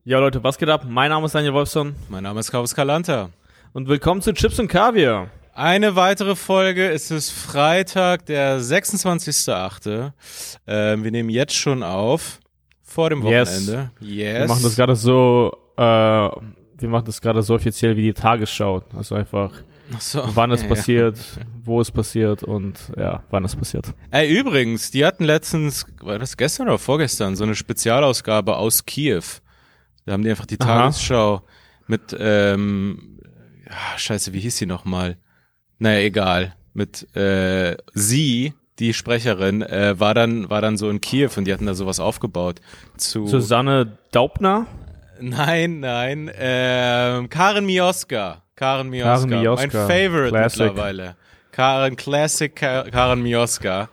Ja Leute, was geht ab? Mein Name ist Daniel Wolfson. Mein Name ist Carlos Calanta. Und willkommen zu Chips und Kaviar. Eine weitere Folge, es ist Freitag, der 26.08. Wir nehmen jetzt schon auf, vor dem Wochenende. Yes. Wir machen das gerade so offiziell wie die Tagesschau. Also einfach, wann es passiert, wo es passiert und ja, wann es passiert. Ey, übrigens, die hatten letztens, war das gestern oder vorgestern, so eine Spezialausgabe aus Kiew. Da haben die einfach die Tagesschau mit, scheiße, wie hieß sie nochmal? Naja, egal. Mit sie, die Sprecherin, war dann so in Kiew und die hatten da sowas aufgebaut. Susanne Daubner? Nein, Karen Mioska. Mein Favorite Classic. Mittlerweile. Karen Mioska.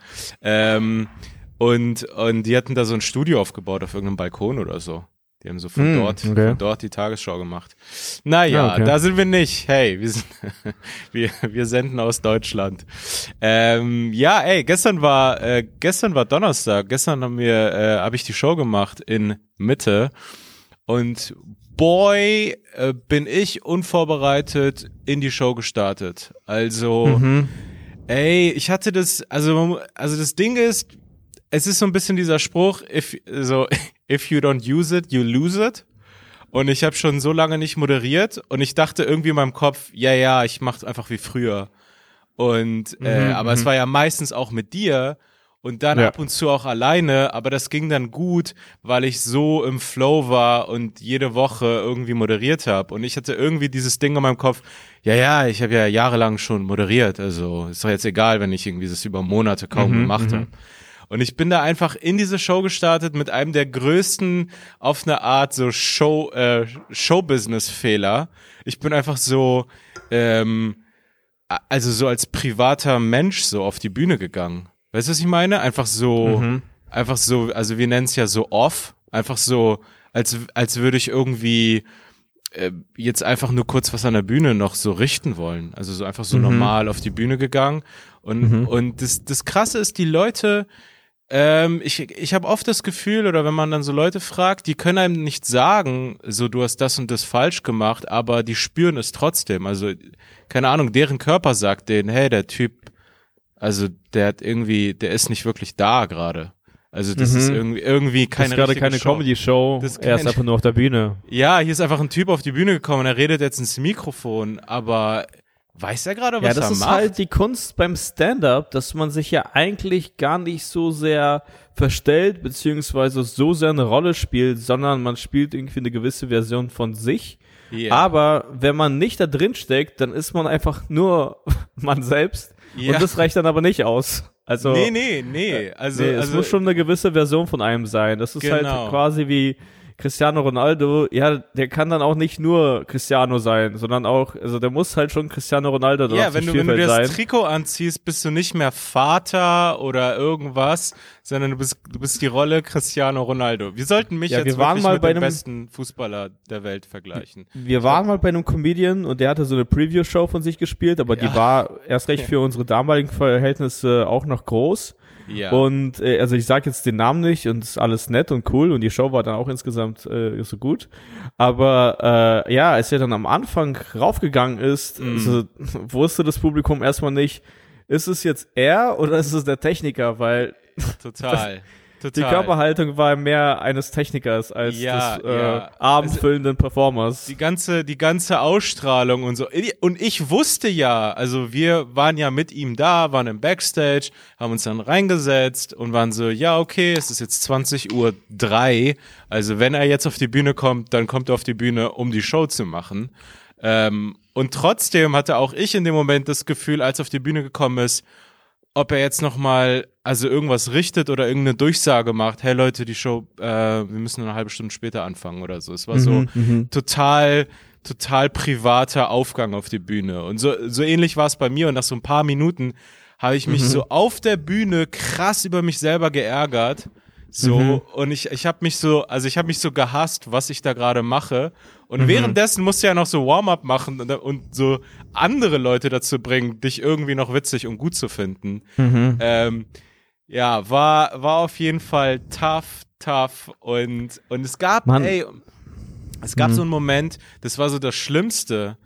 Und die hatten da so ein Studio aufgebaut auf irgendeinem Balkon oder so. Die haben so von dort die Tagesschau gemacht. Naja, Da sind wir nicht. Hey, wir senden aus Deutschland. Gestern war Donnerstag. Gestern habe ich die Show gemacht in Mitte. Und boy, bin ich unvorbereitet in die Show gestartet. Also, ich hatte das, also das Ding ist, es ist so ein bisschen dieser Spruch, if you don't use it, you lose it. Und ich habe schon so lange nicht moderiert und ich dachte irgendwie in meinem Kopf, ich mach's einfach wie früher. Und aber es war ja meistens auch mit dir und dann ab und zu auch alleine, aber das ging dann gut, weil ich so im Flow war und jede Woche irgendwie moderiert habe. Und ich hatte irgendwie dieses Ding in meinem Kopf, ich habe ja jahrelang schon moderiert, also ist doch jetzt egal, wenn ich irgendwie das über Monate kaum gemacht habe. Und ich bin da einfach in diese Show gestartet mit einem der größten, auf eine Art so Showbusiness-Fehler. Ich bin einfach so, so als privater Mensch so auf die Bühne gegangen. Weißt du, was ich meine? Einfach so, also wir nennen es ja so off. Einfach so, als würde ich irgendwie jetzt einfach nur kurz was an der Bühne noch so richten wollen. Also so einfach so normal auf die Bühne gegangen. Und das Krasse ist, die Leute, ich habe oft das Gefühl, oder wenn man dann so Leute fragt, die können einem nicht sagen, so du hast das und das falsch gemacht, aber die spüren es trotzdem. Also, keine Ahnung, deren Körper sagt denen, hey, der Typ, also der ist nicht wirklich da gerade. Also das ist irgendwie keine richtige Show. Das ist gerade keine Comedy-Show, er ist einfach nur auf der Bühne. Ja, hier ist einfach ein Typ auf die Bühne gekommen, er redet jetzt ins Mikrofon, aber weiß er gerade, was er macht? Ja, das ist halt die Kunst beim Stand-up, dass man sich ja eigentlich gar nicht so sehr verstellt, beziehungsweise so sehr eine Rolle spielt, sondern man spielt irgendwie eine gewisse Version von sich. Yeah. Aber wenn man nicht da drin steckt, dann ist man einfach nur man selbst. Yeah. Und das reicht dann aber nicht aus. Also, nee. Also es muss schon eine gewisse Version von einem sein. Das ist halt quasi wie Cristiano Ronaldo, ja, der kann dann auch nicht nur Cristiano sein, sondern auch, also der muss halt schon Cristiano Ronaldo sein. Ja, wenn du dir das Trikot anziehst, bist du nicht mehr Vater oder irgendwas, sondern du bist die Rolle Cristiano Ronaldo. Wir sollten mich jetzt wirklich mit dem besten Fußballer der Welt vergleichen. Wir waren mal bei einem Comedian und der hatte so eine Preview-Show von sich gespielt, aber die war erst recht für unsere damaligen Verhältnisse auch noch groß. Ja. Und also ich sag jetzt den Namen nicht und ist alles nett und cool und die Show war dann auch insgesamt so gut. Aber als er dann am Anfang raufgegangen ist, also, wusste das Publikum erstmal nicht, ist es jetzt er oder ist es der Techniker, weil Total. Die Körperhaltung war mehr eines Technikers als des abendfüllenden Performers. Die ganze Ausstrahlung und so. Und ich wusste ja, also wir waren ja mit ihm da, waren im Backstage, haben uns dann reingesetzt und waren so, ja okay, es ist jetzt 20:03 Uhr. Also wenn er jetzt auf die Bühne kommt, dann kommt er auf die Bühne, um die Show zu machen. Und trotzdem hatte auch ich in dem Moment das Gefühl, als er auf die Bühne gekommen ist, ob er jetzt nochmal irgendwas richtet oder irgendeine Durchsage macht, hey Leute, die Show, wir müssen eine halbe Stunde später anfangen oder so. Es war so total privater Aufgang auf die Bühne. Und so ähnlich war es bei mir und nach so ein paar Minuten habe ich mich so auf der Bühne krass über mich selber geärgert. Und ich habe mich so gehasst, was ich da gerade mache. Und währenddessen musst du ja noch so Warm-up machen und so andere Leute dazu bringen, dich irgendwie noch witzig und gut zu finden. War auf jeden Fall tough und es gab, Es gab so einen Moment, das war so das Schlimmste,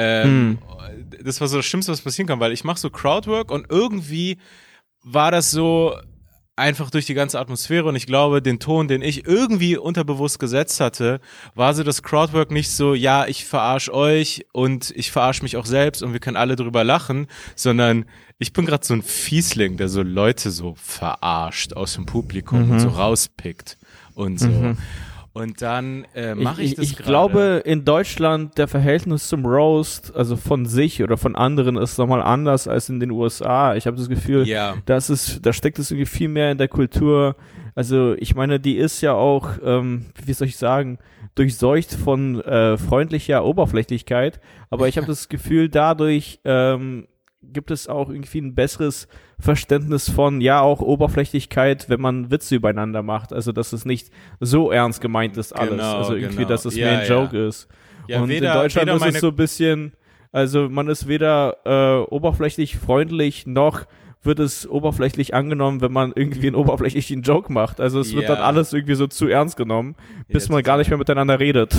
das war so das Schlimmste, was passieren kann, weil ich mache so Crowdwork und irgendwie war das so einfach durch die ganze Atmosphäre und ich glaube, den Ton, den ich irgendwie unterbewusst gesetzt hatte, war so das Crowdwork nicht so, ja, ich verarsche euch und ich verarsche mich auch selbst und wir können alle drüber lachen, sondern ich bin gerade so ein Fiesling, der so Leute so verarscht aus dem Publikum und so rauspickt und so. Und dann mache ich das Ich glaube, in Deutschland der Verhältnis zum Roast, also von sich oder von anderen, ist nochmal anders als in den USA. Ich habe das Gefühl, da steckt es irgendwie viel mehr in der Kultur. Also ich meine, die ist ja auch, wie soll ich sagen, durchseucht von freundlicher Oberflächlichkeit. Aber ich habe das Gefühl, dadurch gibt es auch irgendwie ein besseres Verständnis von, ja, auch Oberflächlichkeit, wenn man Witze übereinander macht. Also, dass es nicht so ernst gemeint ist alles. Genau, also irgendwie, dass es mehr ein Joke ist. Ja, und in Deutschland ist es so ein bisschen, also man ist weder oberflächlich freundlich, noch wird es oberflächlich angenommen, wenn man irgendwie einen oberflächlichen Joke macht. Also es wird dann alles irgendwie so zu ernst genommen, bis man gar nicht mehr miteinander redet.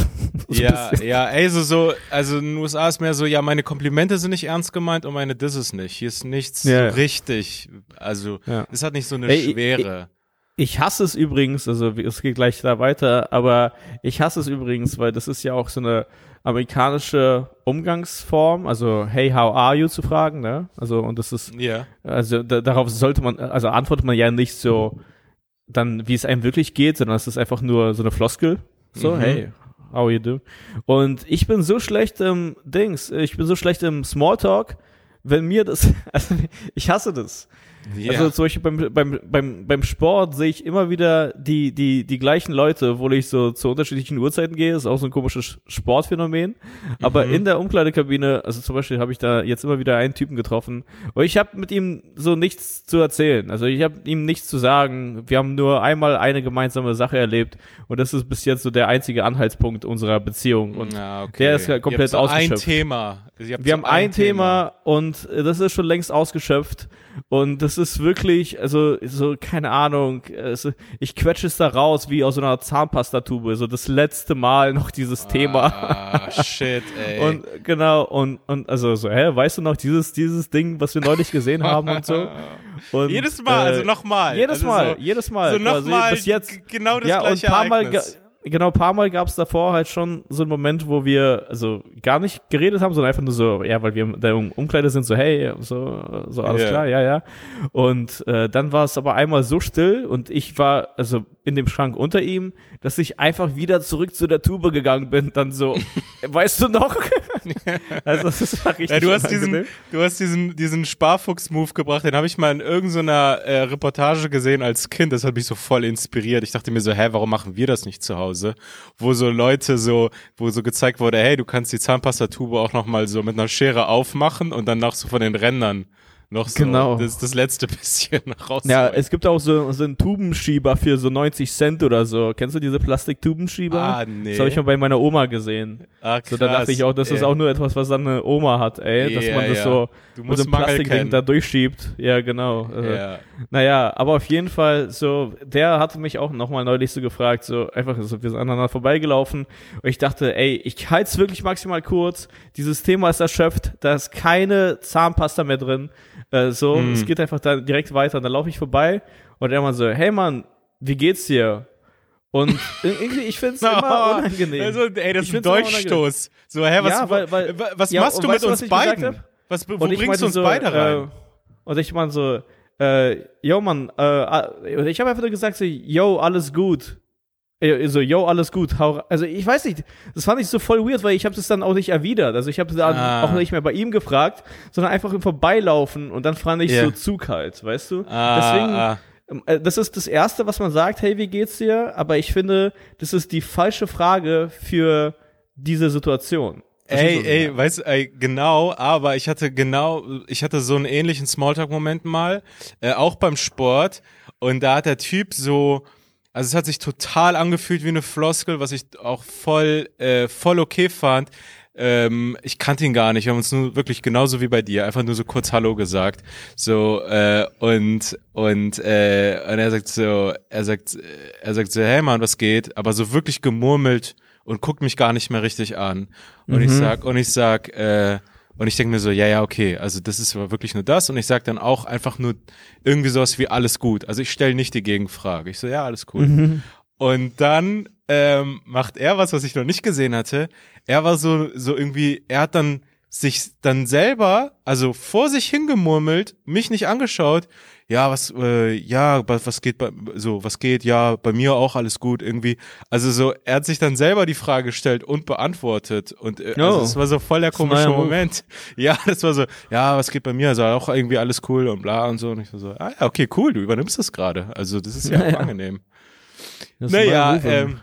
Also in den USA ist mehr so, ja, meine Komplimente sind nicht ernst gemeint und meine Disses nicht. Hier ist nichts so richtig, also es hat nicht so eine Schwere. Ich hasse es übrigens, also es geht gleich da weiter, aber ich hasse es übrigens, weil das ist ja auch so eine amerikanische Umgangsform, also hey, how are you zu fragen, ne? Also und das ist, also darauf sollte man, also antwortet man ja nicht so dann, wie es einem wirklich geht, sondern es ist einfach nur so eine Floskel, so hey, how you do? Und ich bin so schlecht im ich bin so schlecht im Smalltalk, wenn mir das, also ich hasse das. Ja. Also zum Beispiel beim Sport sehe ich immer wieder die gleichen Leute, obwohl ich so zu unterschiedlichen Uhrzeiten gehe, ist auch so ein komisches Sportphänomen. Aber in der Umkleidekabine, also zum Beispiel habe ich da jetzt immer wieder einen Typen getroffen und ich habe mit ihm so nichts zu erzählen. Also ich habe ihm nichts zu sagen. Wir haben nur einmal eine gemeinsame Sache erlebt und das ist bis jetzt so der einzige Anhaltspunkt unserer Beziehung und der ist ja komplett ausgeschöpft. Wir haben ein Thema und das ist schon längst ausgeschöpft. Und das ist wirklich, also so, keine Ahnung, also ich quetsche es da raus wie aus so einer Zahnpastatube, so das letzte Mal noch dieses Thema. Shit, ey. Und genau, und also so, weißt du noch, dieses Ding, was wir neulich gesehen haben und so? Und, jedes Mal, also nochmal. Jedes Mal. So nochmal, bis jetzt. Genau das gleiche Ereignis. Ein paar Mal gab es davor halt schon so einen Moment, wo wir also gar nicht geredet haben, sondern einfach nur so, ja, weil wir in der Umkleide sind, so hey, so alles klar, ja. Und dann war es aber einmal so still und ich war also in dem Schrank unter ihm, dass ich einfach wieder zurück zu der Tube gegangen bin, dann so, weißt du noch? Also das war richtig. Ja, du hast diesen Sparfuchs-Move gebracht, den habe ich mal in irgendeiner Reportage gesehen als Kind, das hat mich so voll inspiriert. Ich dachte mir so, warum machen wir das nicht zu Hause? Wo so Leute wo so gezeigt wurde, hey, du kannst die Zahnpastatube auch nochmal so mit einer Schere aufmachen und dann noch so von den Rändern noch so das letzte bisschen raus. Ja, es gibt auch so einen Tubenschieber für so 90 Cent oder so. Kennst du diese Plastiktubenschieber? Nee. Das habe ich mal bei meiner Oma gesehen. Krass. So, da dachte ich auch, das ist auch nur etwas, was dann eine Oma hat, dass man das so mit so einem Plastikding da durchschiebt. Ja, genau. Naja, aber auf jeden Fall so, der hatte mich auch nochmal neulich so gefragt, so einfach so, wir sind aneinander vorbeigelaufen und ich dachte, ich halte es wirklich maximal kurz. Dieses Thema ist erschöpft, da ist keine Zahnpasta mehr drin. Es geht einfach da direkt weiter. Und dann laufe ich vorbei und er mal so, hey Mann, wie geht's dir? Und irgendwie, ich find's immer unangenehm. Also, das ist ein Durchstoß. So, was machst du mit uns beiden? Wo bringst du uns beide rein? Und ich meine so, yo Mann, ich habe einfach nur gesagt so, yo, alles gut. So, yo, alles gut. Also ich weiß nicht, das fand ich so voll weird, weil ich habe das dann auch nicht erwidert. Also ich habe dann auch nicht mehr bei ihm gefragt, sondern einfach im Vorbeilaufen und dann fand ich so zu kalt, weißt du? Deswegen, das ist das Erste, was man sagt, hey, wie geht's dir? Aber ich finde, das ist die falsche Frage für diese Situation. Genau, aber ich hatte so einen ähnlichen Smalltalk-Moment mal, auch beim Sport und da hat der Typ so, also es hat sich total angefühlt wie eine Floskel, was ich auch voll okay fand. Ich kannte ihn gar nicht, wir haben uns nur wirklich genauso wie bei dir, einfach nur so kurz Hallo gesagt. So, und er sagt so, hey Mann, was geht? Aber so wirklich gemurmelt und guckt mich gar nicht mehr richtig an. Und ich denke mir so, ja, okay, also das ist aber wirklich nur das. Und ich sag dann auch einfach nur irgendwie sowas wie alles gut. Also ich stelle nicht die Gegenfrage. Ich so, ja, alles cool. Und dann macht er was ich noch nicht gesehen hatte. Er war so irgendwie, er hat dann sich dann selber, also vor sich hingemurmelt, mich nicht angeschaut. Ja, was geht ja, bei mir auch alles gut irgendwie. Also so, er hat sich dann selber die Frage gestellt und beantwortet und also das war so voll der komische Moment. Ja, das war so, ja, was geht bei mir? Also auch irgendwie alles cool und bla und so. Und ich so, ja, okay, cool, du übernimmst das gerade. Also das ist ja auch angenehm. Naja,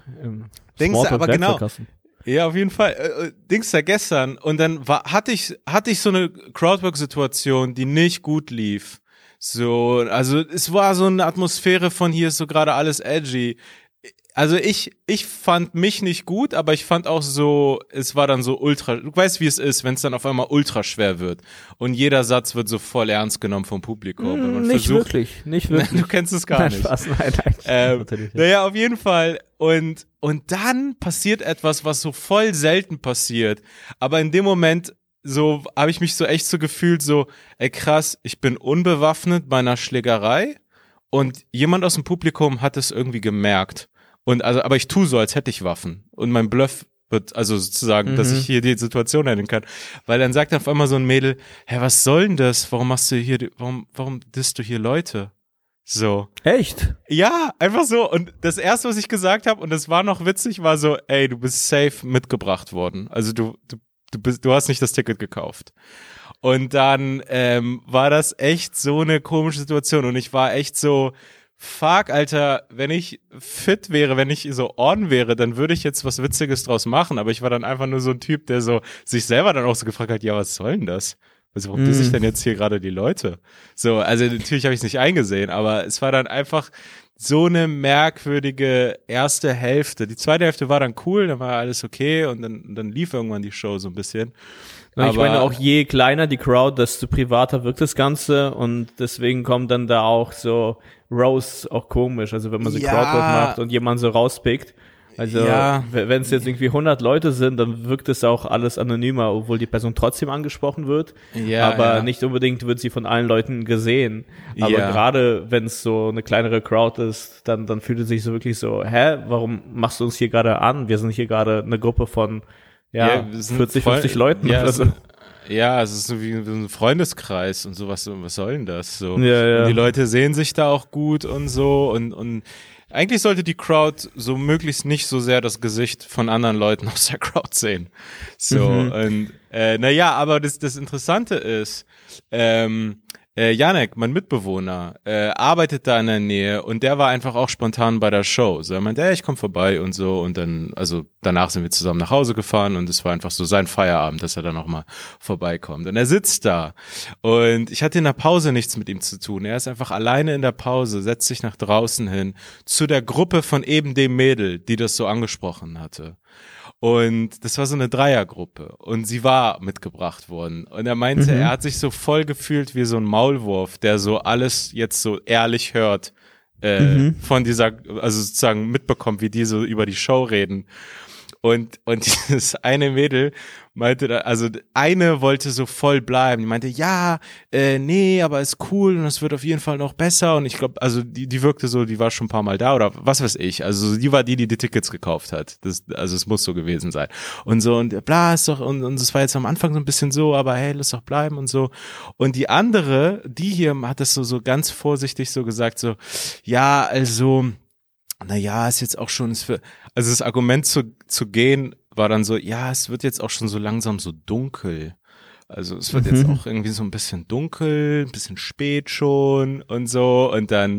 denkst du, aber genau. Ja, auf jeden Fall. Dings da gestern und dann hatte ich so eine Crowdwork-Situation, die nicht gut lief. So, also es war so eine Atmosphäre von hier ist so gerade alles edgy. Also ich fand mich nicht gut, aber ich fand auch so, es war dann so ultra, du weißt wie es ist, wenn es dann auf einmal ultra schwer wird und jeder Satz wird so voll ernst genommen vom Publikum. Nicht wirklich. Du kennst es gar nicht. Spaß, nein. Naja, auf jeden Fall. Und dann passiert etwas, was so voll selten passiert, aber in dem Moment so habe ich mich so echt so gefühlt, so, ey krass, ich bin unbewaffnet bei einer Schlägerei und jemand aus dem Publikum hat es irgendwie gemerkt. Und also, aber ich tue so, als hätte ich Waffen. Und mein Bluff wird, also sozusagen, dass ich hier die Situation ändern kann. Weil dann sagt auf einmal so ein Mädel, hä, was soll denn das? Warum machst du hier, warum disst du hier Leute? So. Echt? Ja, einfach so. Und das erste, was ich gesagt habe, und das war noch witzig, war so, ey, du bist safe mitgebracht worden. Also du hast nicht das Ticket gekauft. Und dann war das echt so eine komische Situation. Und ich war echt so, fuck, Alter, wenn ich fit wäre, wenn ich so on wäre, dann würde ich jetzt was Witziges draus machen. Aber ich war dann einfach nur so ein Typ, der so sich selber dann auch so gefragt hat, ja, was soll denn das? Also warum disse ich denn jetzt hier gerade die Leute? So, also natürlich habe ich es nicht eingesehen, aber es war dann einfach so eine merkwürdige erste Hälfte. Die zweite Hälfte war dann cool, dann war alles okay und dann lief irgendwann die Show so ein bisschen. Aber ich meine, auch je kleiner die Crowd, desto privater wirkt das Ganze und deswegen kommen dann da auch so Roasts auch komisch. Also wenn man so Crowdwork macht und jemand so rauspickt. Also wenn es jetzt irgendwie 100 Leute sind, dann wirkt es auch alles anonymer, obwohl die Person trotzdem angesprochen wird. Aber nicht unbedingt wird sie von allen Leuten gesehen. Aber gerade wenn es so eine kleinere Crowd ist, dann fühlt es sich so wirklich so, warum machst du uns hier gerade an? Wir sind hier gerade eine Gruppe von 40, 50 Leuten oder so. Ja, es ist so wie ein Freundeskreis und sowas. Was soll denn das? So. Ja. Und die Leute sehen sich da auch gut und so und eigentlich sollte die Crowd so möglichst nicht so sehr das Gesicht von anderen Leuten aus der Crowd sehen. So, und aber das Interessante ist, Janek, mein Mitbewohner, arbeitet da in der Nähe und der war einfach auch spontan bei der Show. So, er meinte, ich komme vorbei und so und dann, also danach sind wir zusammen nach Hause gefahren und es war einfach so sein Feierabend, dass er dann noch mal vorbeikommt. Und er sitzt da und ich hatte in der Pause nichts mit ihm zu tun. Er ist einfach alleine in der Pause, setzt sich nach draußen hin zu der Gruppe von eben dem Mädel, die das so angesprochen hatte. Und das war so eine Dreiergruppe und sie war mitgebracht worden und er meinte, er hat sich so voll gefühlt wie so ein Maulwurf, der so alles jetzt so ehrlich hört, von dieser, also sozusagen mitbekommt, wie die so über die Show reden. Und dieses eine Mädel meinte da, also eine wollte so voll bleiben. Die meinte, nee, aber ist cool und es wird auf jeden Fall noch besser. Und ich glaube, also die wirkte so, die war schon ein paar Mal da oder was weiß ich. Also die war die Tickets gekauft hat. Also es muss so gewesen sein. Und so und bla, ist doch, und es war jetzt am Anfang so ein bisschen so, aber hey, lass doch bleiben und so. Und die andere, die hier hat das so ganz vorsichtig so gesagt, so, ja, also, ist jetzt auch schon, also das Argument zu gehen war dann so, es wird jetzt auch schon so langsam so dunkel. Also es wird jetzt auch irgendwie so ein bisschen dunkel, ein bisschen spät schon und so. Und dann,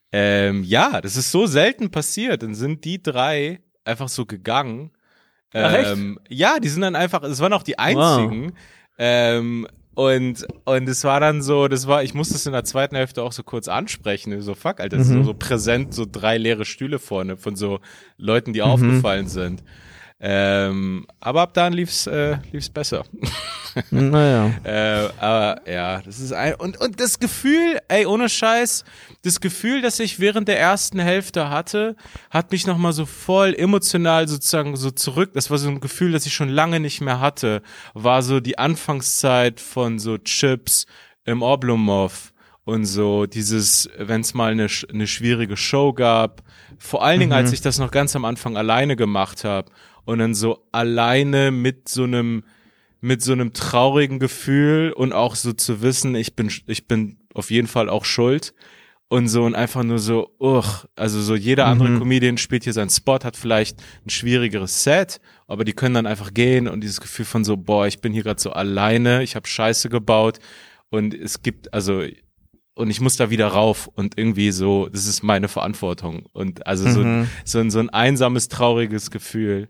das ist so selten passiert. Dann sind die drei einfach so gegangen. Echt? Ja, die sind dann einfach, es waren auch die einzigen. Wow. Und es war dann so, ich musste es in der zweiten Hälfte auch so kurz ansprechen. So, fuck, Alter, das ist so präsent, so 3 leere Stühle vorne von so Leuten, die aufgefallen sind. Aber ab dann lief's besser. Naja. Aber ja, das ist und das Gefühl, ohne Scheiß, das Gefühl, das ich während der ersten Hälfte hatte, hat mich nochmal so voll emotional sozusagen so zurück, das war so ein Gefühl, das ich schon lange nicht mehr hatte, war so die Anfangszeit von so Chips im Oblomov und so dieses, wenn es mal eine schwierige Show gab, vor allen Dingen, als ich das noch ganz am Anfang alleine gemacht habe und dann so alleine mit so einem traurigen Gefühl und auch so zu wissen, ich bin auf jeden Fall auch schuld und so und einfach nur so, also so jeder andere Comedian spielt hier seinen Spot, hat vielleicht ein schwierigeres Set, aber die können dann einfach gehen und dieses Gefühl von so, ich bin hier gerade so alleine, ich habe Scheiße gebaut und es gibt, also und ich muss da wieder rauf und irgendwie so, das ist meine Verantwortung und also so ein einsames, trauriges Gefühl.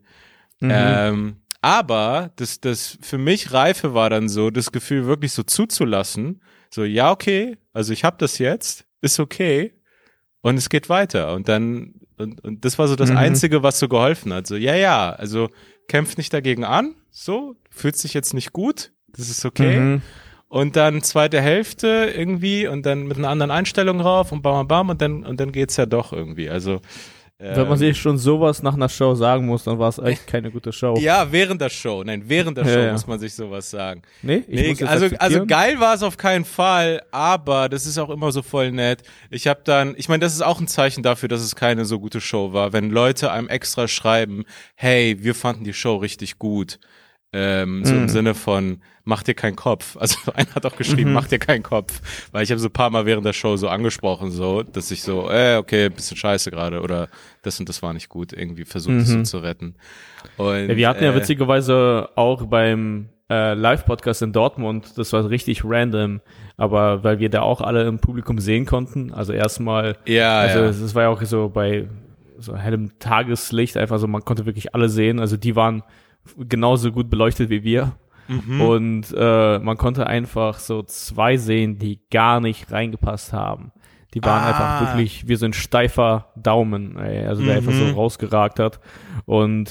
Aber das für mich Reife war dann so, das Gefühl wirklich so zuzulassen, so ja okay, also ich habe das jetzt, ist okay und es geht weiter und dann und das war so das Einzige, was so geholfen hat, so ja, also kämpf nicht dagegen an, so, fühlst dich jetzt nicht gut, das ist okay. Und dann zweite Hälfte irgendwie und dann mit einer anderen Einstellung rauf und bam und dann geht's ja doch irgendwie. Also wenn man sich schon sowas nach einer Show sagen muss, dann war es echt keine gute Show. Ja, während der Show muss man sich sowas sagen. Nee, also geil war es auf keinen Fall, aber das ist auch immer so voll nett. Ich meine, das ist auch ein Zeichen dafür, dass es keine so gute Show war, wenn Leute einem extra schreiben, hey, wir fanden die Show richtig gut. So im Sinne von, mach dir keinen Kopf. Also einer hat auch geschrieben, mach dir keinen Kopf. Weil ich habe so ein paar Mal während der Show so angesprochen, so, dass ich so, okay, bisschen scheiße gerade oder das und das war nicht gut, irgendwie versucht es so zu retten. Und, ja, wir hatten ja witzigerweise auch beim Live-Podcast in Dortmund, das war richtig random, aber weil wir da auch alle im Publikum sehen konnten, also erstmal, es war ja auch so bei so hellem Tageslicht, einfach so, man konnte wirklich alle sehen, also die waren genauso gut beleuchtet wie wir. Und man konnte einfach so zwei sehen, die gar nicht reingepasst haben. Die waren einfach wirklich wie so ein steifer Daumen, also der einfach so rausgeragt hat. Und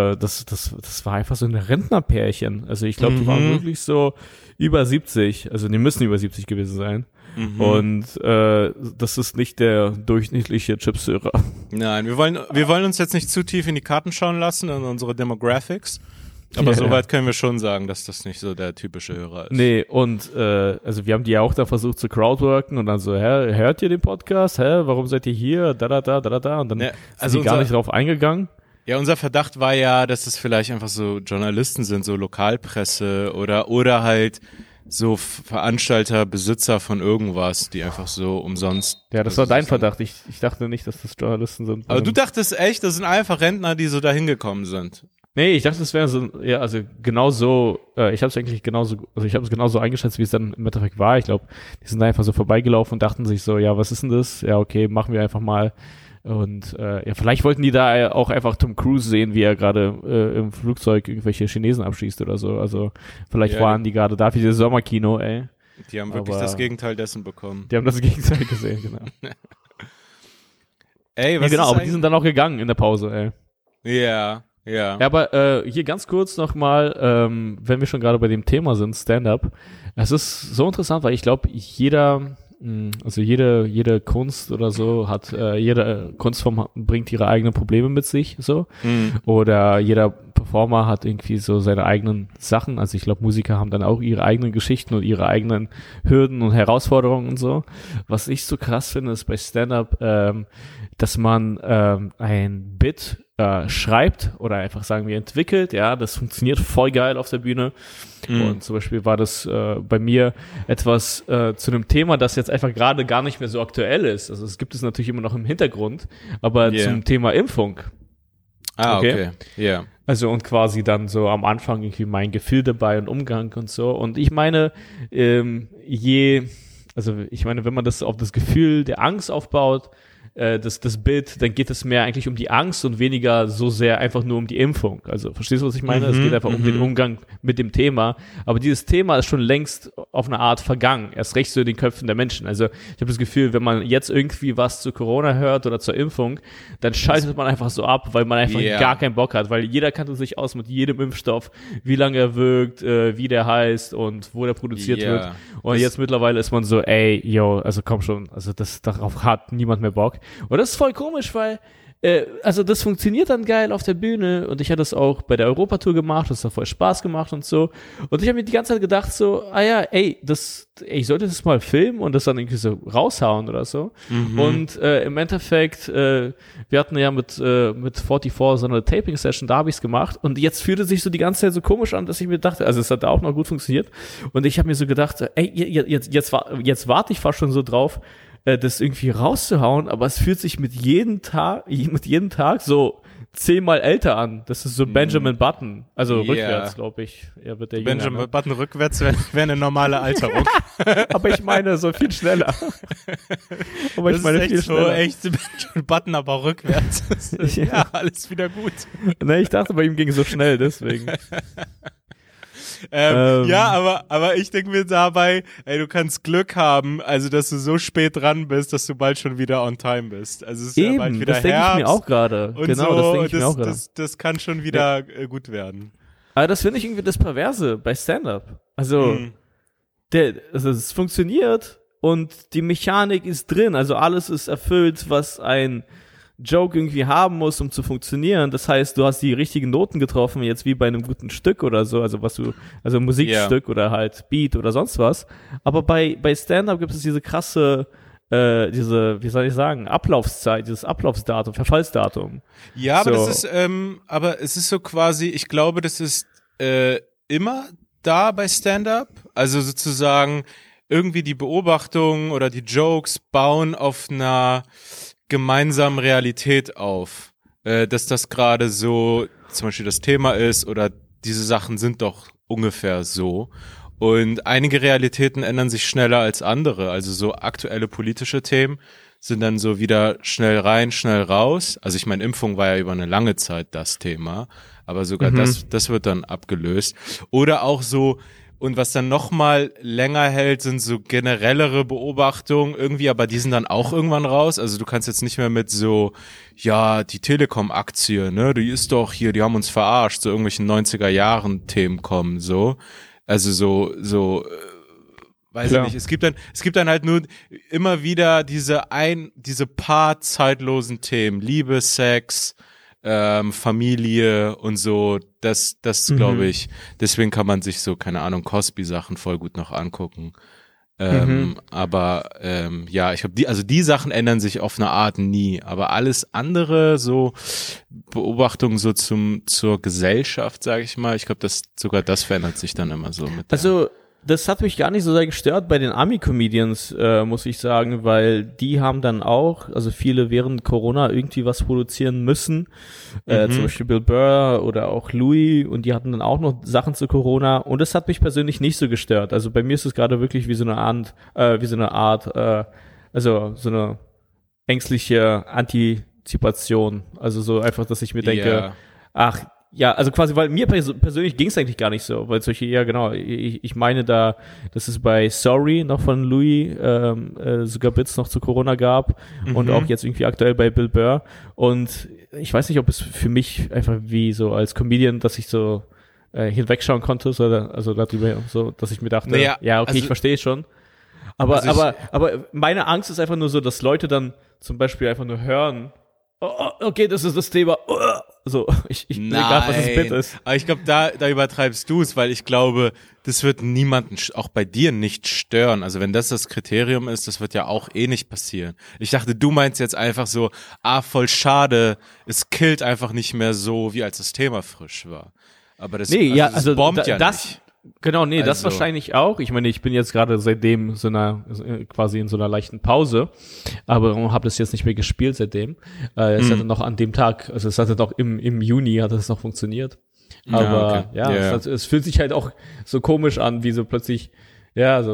das war einfach so ein Rentnerpärchen. Also ich glaube, die waren wirklich so über 70. Also die müssen über 70 gewesen sein. Und das ist nicht der durchschnittliche Chipshörer. Nein, wir wollen uns jetzt nicht zu tief in die Karten schauen lassen, in unsere Demographics. Aber soweit können wir schon sagen, dass das nicht so der typische Hörer ist. Nee, und also wir haben die ja auch da versucht zu crowdworken und dann so, hört ihr den Podcast? Warum seid ihr hier? Da. Und dann sind die gar nicht drauf eingegangen. Ja, unser Verdacht war ja, dass es vielleicht einfach so Journalisten sind, so Lokalpresse oder halt so Veranstalter, Besitzer von irgendwas, die einfach so umsonst. Ja, das war dein Verdacht. Ich dachte nicht, dass das Journalisten sind. Aber du dachtest echt, das sind einfach Rentner, die so da hingekommen sind. Nee, ich dachte, das wäre so, ja, also genau so, ich habe es genauso eingeschätzt, wie es dann im Endeffekt war. Ich glaube, die sind da einfach so vorbeigelaufen und dachten sich so, ja, was ist denn das? Ja, okay, machen wir einfach mal. Und vielleicht wollten die da auch einfach Tom Cruise sehen, wie er gerade im Flugzeug irgendwelche Chinesen abschießt oder so. Also vielleicht waren die gerade da für dieses Sommerkino, ey. Die haben wirklich das Gegenteil dessen bekommen. Die haben das Gegenteil gesehen, genau. Ey, was genau, aber die sind dann auch gegangen in der Pause, ey. Ja. Ja, aber hier ganz kurz nochmal, wenn wir schon gerade bei dem Thema sind, Stand-up. Es ist so interessant, weil ich glaube, jede Kunst oder so hat, jede Kunstform bringt ihre eigenen Probleme mit sich, so. Oder jeder Performer hat irgendwie so seine eigenen Sachen. Also ich glaube, Musiker haben dann auch ihre eigenen Geschichten und ihre eigenen Hürden und Herausforderungen und so. Was ich so krass finde, ist bei Stand-up, dass man ein Bit schreibt oder einfach sagen wir entwickelt, ja, das funktioniert voll geil auf der Bühne. Und zum Beispiel war das bei mir etwas zu einem Thema, das jetzt einfach gerade gar nicht mehr so aktuell ist. Also es gibt es natürlich immer noch im Hintergrund, aber zum Thema Impfung. Okay. Ja. Also und quasi dann so am Anfang irgendwie mein Gefühl dabei und Umgang und so. Und ich meine, wenn man das auf das Gefühl der Angst aufbaut, das Bild, dann geht es mehr eigentlich um die Angst und weniger so sehr einfach nur um die Impfung. Also verstehst du, was ich meine? Es geht einfach um den Umgang mit dem Thema. Aber dieses Thema ist schon längst auf eine Art vergangen. Erst recht so in den Köpfen der Menschen. Also ich habe das Gefühl, wenn man jetzt irgendwie was zu Corona hört oder zur Impfung, dann schaltet man einfach so ab, weil man einfach gar keinen Bock hat. Weil jeder kannte sich aus mit jedem Impfstoff, wie lange er wirkt, wie der heißt und wo der produziert wird. Und jetzt mittlerweile ist man so, also komm schon, also darauf hat niemand mehr Bock. Und das ist voll komisch, weil also das funktioniert dann geil auf der Bühne und ich hatte das auch bei der Europatour gemacht, das hat voll Spaß gemacht und so. Und ich habe mir die ganze Zeit gedacht so, ich sollte das mal filmen und das dann irgendwie so raushauen oder so. Und im Endeffekt, wir hatten ja mit 44 so eine Taping-Session, da habe ich es gemacht und jetzt fühlte es sich so die ganze Zeit so komisch an, dass ich mir dachte, also es hat da auch noch gut funktioniert und ich habe mir so gedacht, jetzt warte ich fast schon so drauf, das irgendwie rauszuhauen, aber es fühlt sich mit jedem Tag so 10-mal älter an. Das ist so Benjamin Button, also rückwärts, glaube ich. Er wird der Benjamin Jünger, Button rückwärts wäre eine normale Alterung. Aber ich meine so viel schneller. Aber das ich meine ist echt viel schneller. So echt Benjamin Button, aber rückwärts. Ja, alles wieder gut. Ne, ich dachte, bei ihm ging es so schnell, deswegen. Ja, aber ich denke mir dabei, du kannst Glück haben, also dass du so spät dran bist, dass du bald schon wieder on time bist. Also es ist ja bald wieder das denke ich mir auch gerade. Genau, so, das denke ich mir auch gerade. Das kann schon wieder gut werden. Aber das finde ich irgendwie das Perverse bei Stand-Up. Also, es funktioniert und die Mechanik ist drin, also alles ist erfüllt, was ein Joke irgendwie haben muss, um zu funktionieren. Das heißt, du hast die richtigen Noten getroffen, jetzt wie bei einem guten Stück oder so, also Musikstück oder halt Beat oder sonst was. Aber bei Stand-Up gibt es diese krasse, wie soll ich sagen, Ablaufzeit, dieses Ablaufsdatum, Verfallsdatum. Ja, aber das ist, aber es ist so quasi, ich glaube, das ist immer da bei Stand-Up. Also sozusagen irgendwie die Beobachtung oder die Jokes bauen auf einer gemeinsamen Realität auf, dass das gerade so zum Beispiel das Thema ist oder diese Sachen sind doch ungefähr so und einige Realitäten ändern sich schneller als andere, also so aktuelle politische Themen sind dann so wieder schnell rein, schnell raus, also ich meine Impfung war ja über eine lange Zeit das Thema, aber sogar das wird dann abgelöst oder auch so. Und was dann noch mal länger hält, sind so generellere Beobachtungen irgendwie, aber die sind dann auch irgendwann raus. Also du kannst jetzt nicht mehr mit so, ja, die Telekom-Aktie, ne, die ist doch hier, die haben uns verarscht, so irgendwelchen 90er-Jahren-Themen kommen, so. Also so, weiß ich nicht. Es gibt dann halt nur immer wieder diese paar zeitlosen Themen. Liebe, Sex, Familie und so, das glaube ich, deswegen kann man sich so, keine Ahnung, Cosby-Sachen voll gut noch angucken. Aber ich glaube, die Sachen ändern sich auf eine Art nie, aber alles andere, so Beobachtungen so zur Gesellschaft, sage ich mal, ich glaube, sogar das verändert sich dann immer so mit. Also das hat mich gar nicht so sehr gestört bei den Ami-Comedians, muss ich sagen, weil die haben dann auch, also viele während Corona irgendwie was produzieren müssen, zum Beispiel Bill Burr oder auch Louis und die hatten dann auch noch Sachen zu Corona und das hat mich persönlich nicht so gestört. Also bei mir ist es gerade wirklich wie so eine Art, also so eine ängstliche Antizipation, also so einfach, dass ich mir denke, ach, ja, also quasi, weil mir persönlich ging es eigentlich gar nicht so, weil solche, ja genau, ich meine da, dass es bei Sorry noch von Louis sogar Bits noch zu Corona gab und auch jetzt irgendwie aktuell bei Bill Burr und ich weiß nicht, ob es für mich einfach wie so als Comedian, dass ich so hinwegschauen konnte, also darüber so, dass ich mir dachte, ich verstehe es schon, aber meine Angst ist einfach nur so, dass Leute dann zum Beispiel einfach nur hören, okay, das ist das Thema, so, egal was das Bit ist. Aber ich glaube, da übertreibst du es, weil ich glaube, das wird niemanden, auch bei dir nicht stören. Also wenn das Kriterium ist, das wird ja auch nicht passieren. Ich dachte, du meinst jetzt einfach so, voll schade, es killt einfach nicht mehr so, wie als das Thema frisch war. Aber das bombt ja nicht. Genau, das wahrscheinlich auch. Ich meine, ich bin jetzt gerade seitdem quasi in so einer leichten Pause, aber habe das jetzt nicht mehr gespielt seitdem. Es hatte noch an dem Tag, also es hatte noch im Juni hat es noch funktioniert. Aber es fühlt sich halt auch so komisch an, wie so plötzlich, so,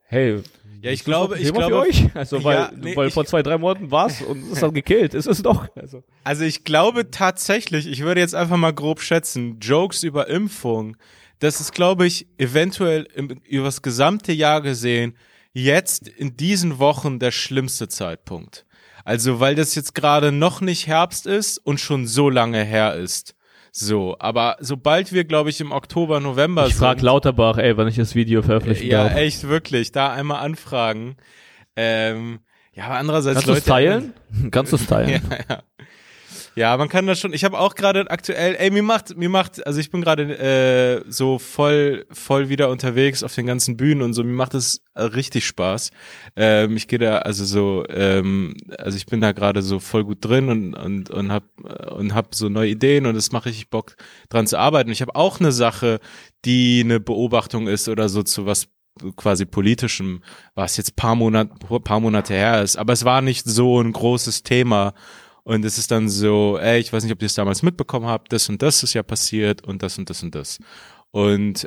hey, ja, ich glaube, für euch. Also, weil vor 2-3 Monaten war's und es ist dann gekillt. Es ist doch. Also ich glaube tatsächlich, ich würde jetzt einfach mal grob schätzen, Jokes über Impfung, das ist, glaube ich, eventuell über das gesamte Jahr gesehen, jetzt in diesen Wochen der schlimmste Zeitpunkt. Also, weil das jetzt gerade noch nicht Herbst ist und schon so lange her ist. So, aber sobald wir, glaube ich, im Oktober, November sind. Ich frage Lauterbach, wann ich das Video veröffentlichen darf. Ja, echt, wirklich. Da einmal anfragen. Ja, aber andererseits, Kannst du es teilen? Kannst du es teilen? Ja. Ja, man kann das schon. Ich habe auch gerade aktuell, mir macht, also ich bin gerade so voll wieder unterwegs auf den ganzen Bühnen und so. Mir macht es richtig Spaß. Ich gehe da also ich bin da gerade so voll gut drin und hab so neue Ideen und es macht richtig Bock dran zu arbeiten. Ich habe auch eine Sache, die eine Beobachtung ist oder so zu was quasi politischem, was jetzt paar Monate her ist. Aber es war nicht so ein großes Thema. Und es ist dann so, ich weiß nicht, ob ihr es damals mitbekommen habt, das und das ist ja passiert und das und das und das. Und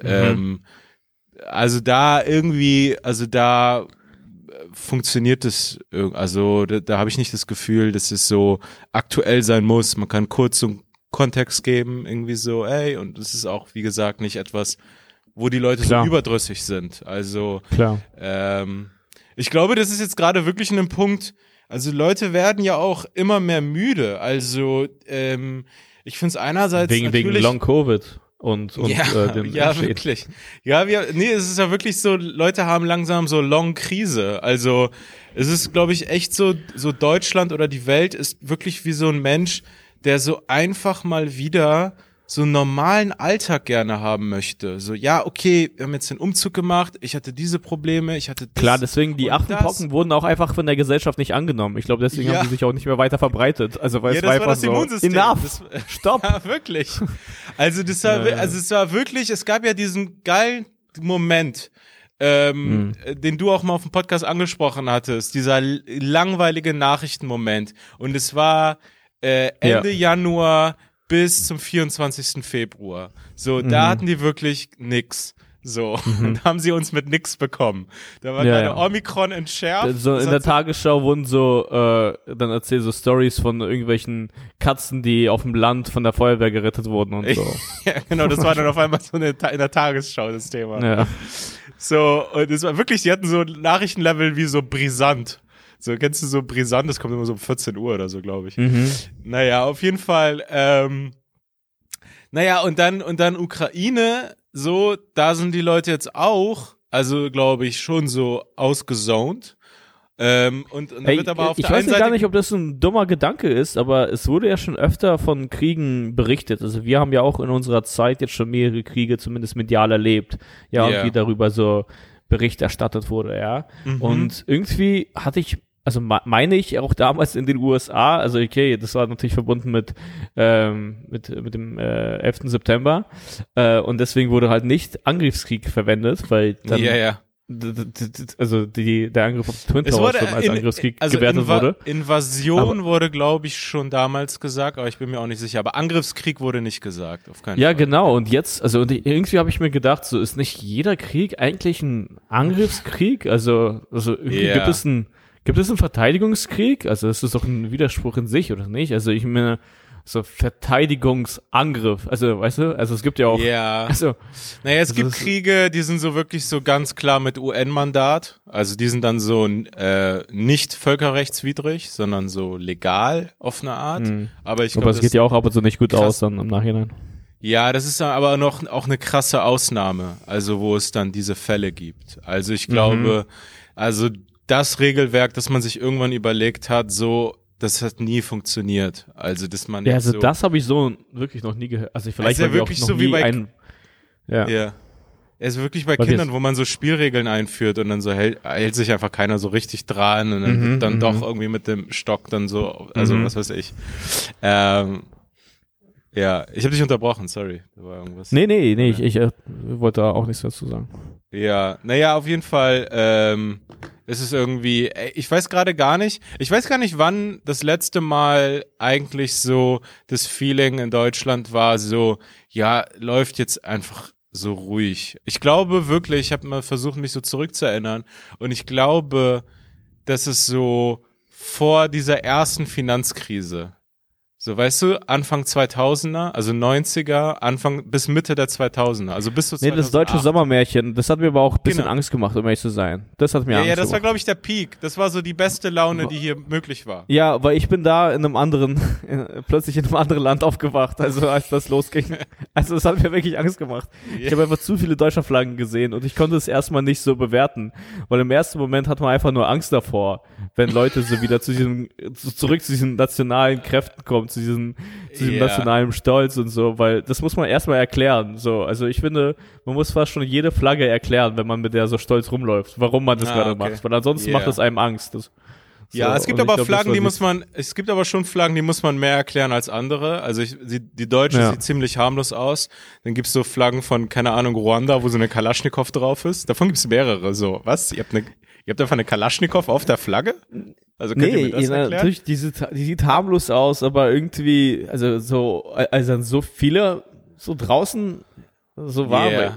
da funktioniert es, also da habe ich nicht das Gefühl, dass es so aktuell sein muss. Man kann kurz so einen Kontext geben, irgendwie so, und es ist auch, wie gesagt, nicht etwas, wo die Leute so überdrüssig sind. Also ich glaube, das ist jetzt gerade wirklich ein Punkt. Also Leute werden ja auch immer mehr müde. Also ich finde es einerseits wegen Long Covid und dem wirklich. Ja, es ist ja wirklich so, Leute haben langsam so Long Krise. Also es ist, glaube ich, echt so Deutschland oder die Welt ist wirklich wie so ein Mensch, der so einfach mal wieder so einen normalen Alltag gerne haben möchte. So, ja, okay, wir haben jetzt den Umzug gemacht, ich hatte diese Probleme, ich hatte das. Klar, deswegen, die Affenpocken wurden auch einfach von der Gesellschaft nicht angenommen. Ich glaube, deswegen haben die sich auch nicht mehr weiter verbreitet. Also, weil es war einfach das Immunsystem. Enough, stopp. Ja, wirklich. Also, es war wirklich, es gab ja diesen geilen Moment, den du auch mal auf dem Podcast angesprochen hattest, dieser langweilige Nachrichtenmoment. Und es war Ende Januar bis zum 24. Februar. So, da hatten die wirklich nix. So, und haben sie uns mit nix bekommen. Da war gerade Omikron entschärft. So in der Tagesschau wurden dann erzählt so Stories von irgendwelchen Katzen, die auf dem Land von der Feuerwehr gerettet wurden und so. Ja, genau, das war dann auf einmal so in der Tagesschau das Thema. Ja. So, und es war wirklich, die hatten so ein Nachrichtenlevel wie so brisant. So, kennst du so brisant? Das kommt immer so um 14 Uhr oder so, glaube ich. Naja, auf jeden Fall, und dann Ukraine, so, da sind die Leute jetzt auch, also, glaube ich, schon so ausgezont. Und wird aber auf der einen Seite. Ich weiß gar nicht, ob das ein dummer Gedanke ist, aber es wurde ja schon öfter von Kriegen berichtet. Also wir haben ja auch in unserer Zeit jetzt schon mehrere Kriege zumindest medial erlebt. Ja, und wie darüber so Bericht erstattet wurde, ja. Und irgendwie hatte ich, also meine ich auch damals in den USA, also okay, das war natürlich verbunden mit dem 11. September und deswegen wurde halt nicht Angriffskrieg verwendet, weil dann also der Angriff auf die Twin Towers schon als Angriffskrieg gewertet wurde. Invasion wurde, glaube ich, schon damals gesagt, aber ich bin mir auch nicht sicher. Aber Angriffskrieg wurde nicht gesagt, auf keinen Fall. Ja, genau. Und jetzt, also irgendwie habe ich mir gedacht, so ist nicht jeder Krieg eigentlich ein Angriffskrieg? Also gibt es einen Verteidigungskrieg? Also das ist doch ein Widerspruch in sich, oder nicht? Also ich meine, so Verteidigungsangriff. Also, weißt du, also es gibt ja auch. Ja. Also, naja, es gibt Kriege, die sind so wirklich so ganz klar mit UN-Mandat. Also die sind dann so nicht völkerrechtswidrig, sondern so legal auf eine Art. Aber ich glaube, es geht ja auch ab und zu nicht gut aus dann im Nachhinein. Ja, das ist aber noch auch eine krasse Ausnahme, also wo es dann diese Fälle gibt. Also ich glaube, also das Regelwerk, das man sich irgendwann überlegt hat, so, das hat nie funktioniert. Also, dass man also das habe ich so wirklich noch nie gehört. Also vielleicht ist ja wirklich auch noch so wie bei Ja. Er ist wirklich bei Kindern, wo man so Spielregeln einführt und dann so hält sich einfach keiner so richtig dran und dann wird dann doch irgendwie mit dem Stock dann so, also was weiß ich. Ja, ich habe dich unterbrochen, sorry. Da war irgendwas. Nee, ich wollte da auch nichts dazu sagen. Ja, naja, auf jeden Fall ist es irgendwie, ich weiß gar nicht, wann das letzte Mal eigentlich so das Feeling in Deutschland war, so, ja, läuft jetzt einfach so ruhig. Ich glaube wirklich, ich habe mal versucht, mich so zurückzuerinnern und ich glaube, dass es so vor dieser ersten Finanzkrise, so, weißt du, Anfang 2000er, also 90er, Anfang bis Mitte der 2000er, also bis zu 2008. Nee, das deutsche Sommermärchen, das hat mir aber auch ein bisschen Angst gemacht, um ehrlich zu sein. Das hat mir Angst gemacht. Ja, das war, glaube ich, der Peak. Das war so die beste Laune, die hier möglich war. Ja, weil ich bin da plötzlich in einem anderen Land aufgewacht, also als das losging. Also das hat mir wirklich Angst gemacht. Yeah. Ich habe einfach zu viele Deutschlandflaggen gesehen und ich konnte es erstmal nicht so bewerten, weil im ersten Moment hat man einfach nur Angst davor, wenn Leute so wieder zurück zu diesen nationalen Kräften kommen, zu diesem nationalen Stolz und so, weil das muss man erstmal erklären. So, also ich finde, man muss fast schon jede Flagge erklären, wenn man mit der so stolz rumläuft, warum man das gerade macht, weil ansonsten macht das einem Angst. Ja, es gibt aber Flaggen, es gibt aber schon Flaggen, die muss man mehr erklären als andere. Also die deutsche sieht ziemlich harmlos aus. Dann gibt's so Flaggen von, keine Ahnung, Ruanda, wo so eine Kalaschnikow drauf ist. Davon gibt's mehrere, so. Was? Ihr habt einfach eine Kalaschnikow auf der Flagge? Also könnt ihr mir das erklären? Natürlich, die sieht harmlos aus, aber irgendwie, also so viele so draußen so warm. Yeah.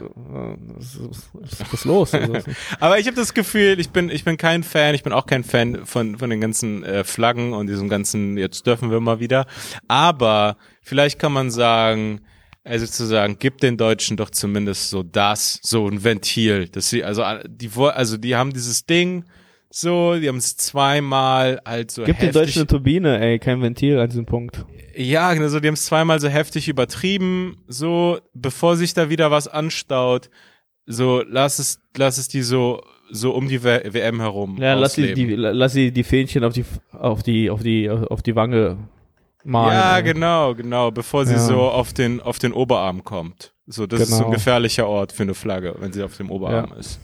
Was ist los? Aber ich habe das Gefühl, ich bin kein Fan, ich bin auch kein Fan von den ganzen Flaggen und diesem ganzen, jetzt dürfen wir mal wieder. Aber vielleicht kann man sagen, gib den Deutschen doch zumindest so ein Ventil, dass sie, die haben dieses Ding, so, die haben es zweimal halt so heftig. Gib den Deutschen eine Turbine, kein Ventil an diesem Punkt. Ja, also die haben es zweimal so heftig übertrieben, so, bevor sich da wieder was anstaut, so, lass es die so um die WM herum. Ja, lass sie die Fähnchen auf die Wange malen. Ja, genau, bevor sie so auf den Oberarm kommt. So, das ist so ein gefährlicher Ort für eine Flagge, wenn sie auf dem Oberarm ist.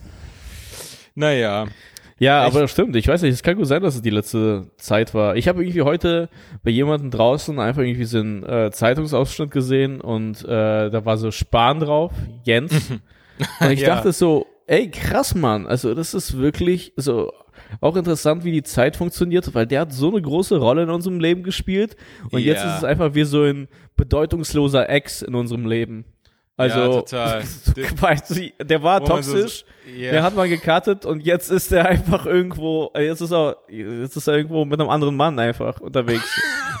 Naja. Ja, aber das stimmt. Ich weiß nicht, es kann gut sein, dass es die letzte Zeit war. Ich habe irgendwie heute bei jemandem draußen einfach irgendwie so einen Zeitungsausschnitt gesehen und da war so Spahn drauf, Jens. Und ich dachte so, ey, krass, Mann. Also das ist wirklich so auch interessant, wie die Zeit funktioniert, weil der hat so eine große Rolle in unserem Leben gespielt und jetzt ist es einfach wie so ein bedeutungsloser Ex in unserem Leben. Also, total. Der war toxisch, der hat mal gekartet und jetzt ist er einfach irgendwo, jetzt ist er irgendwo mit einem anderen Mann einfach unterwegs.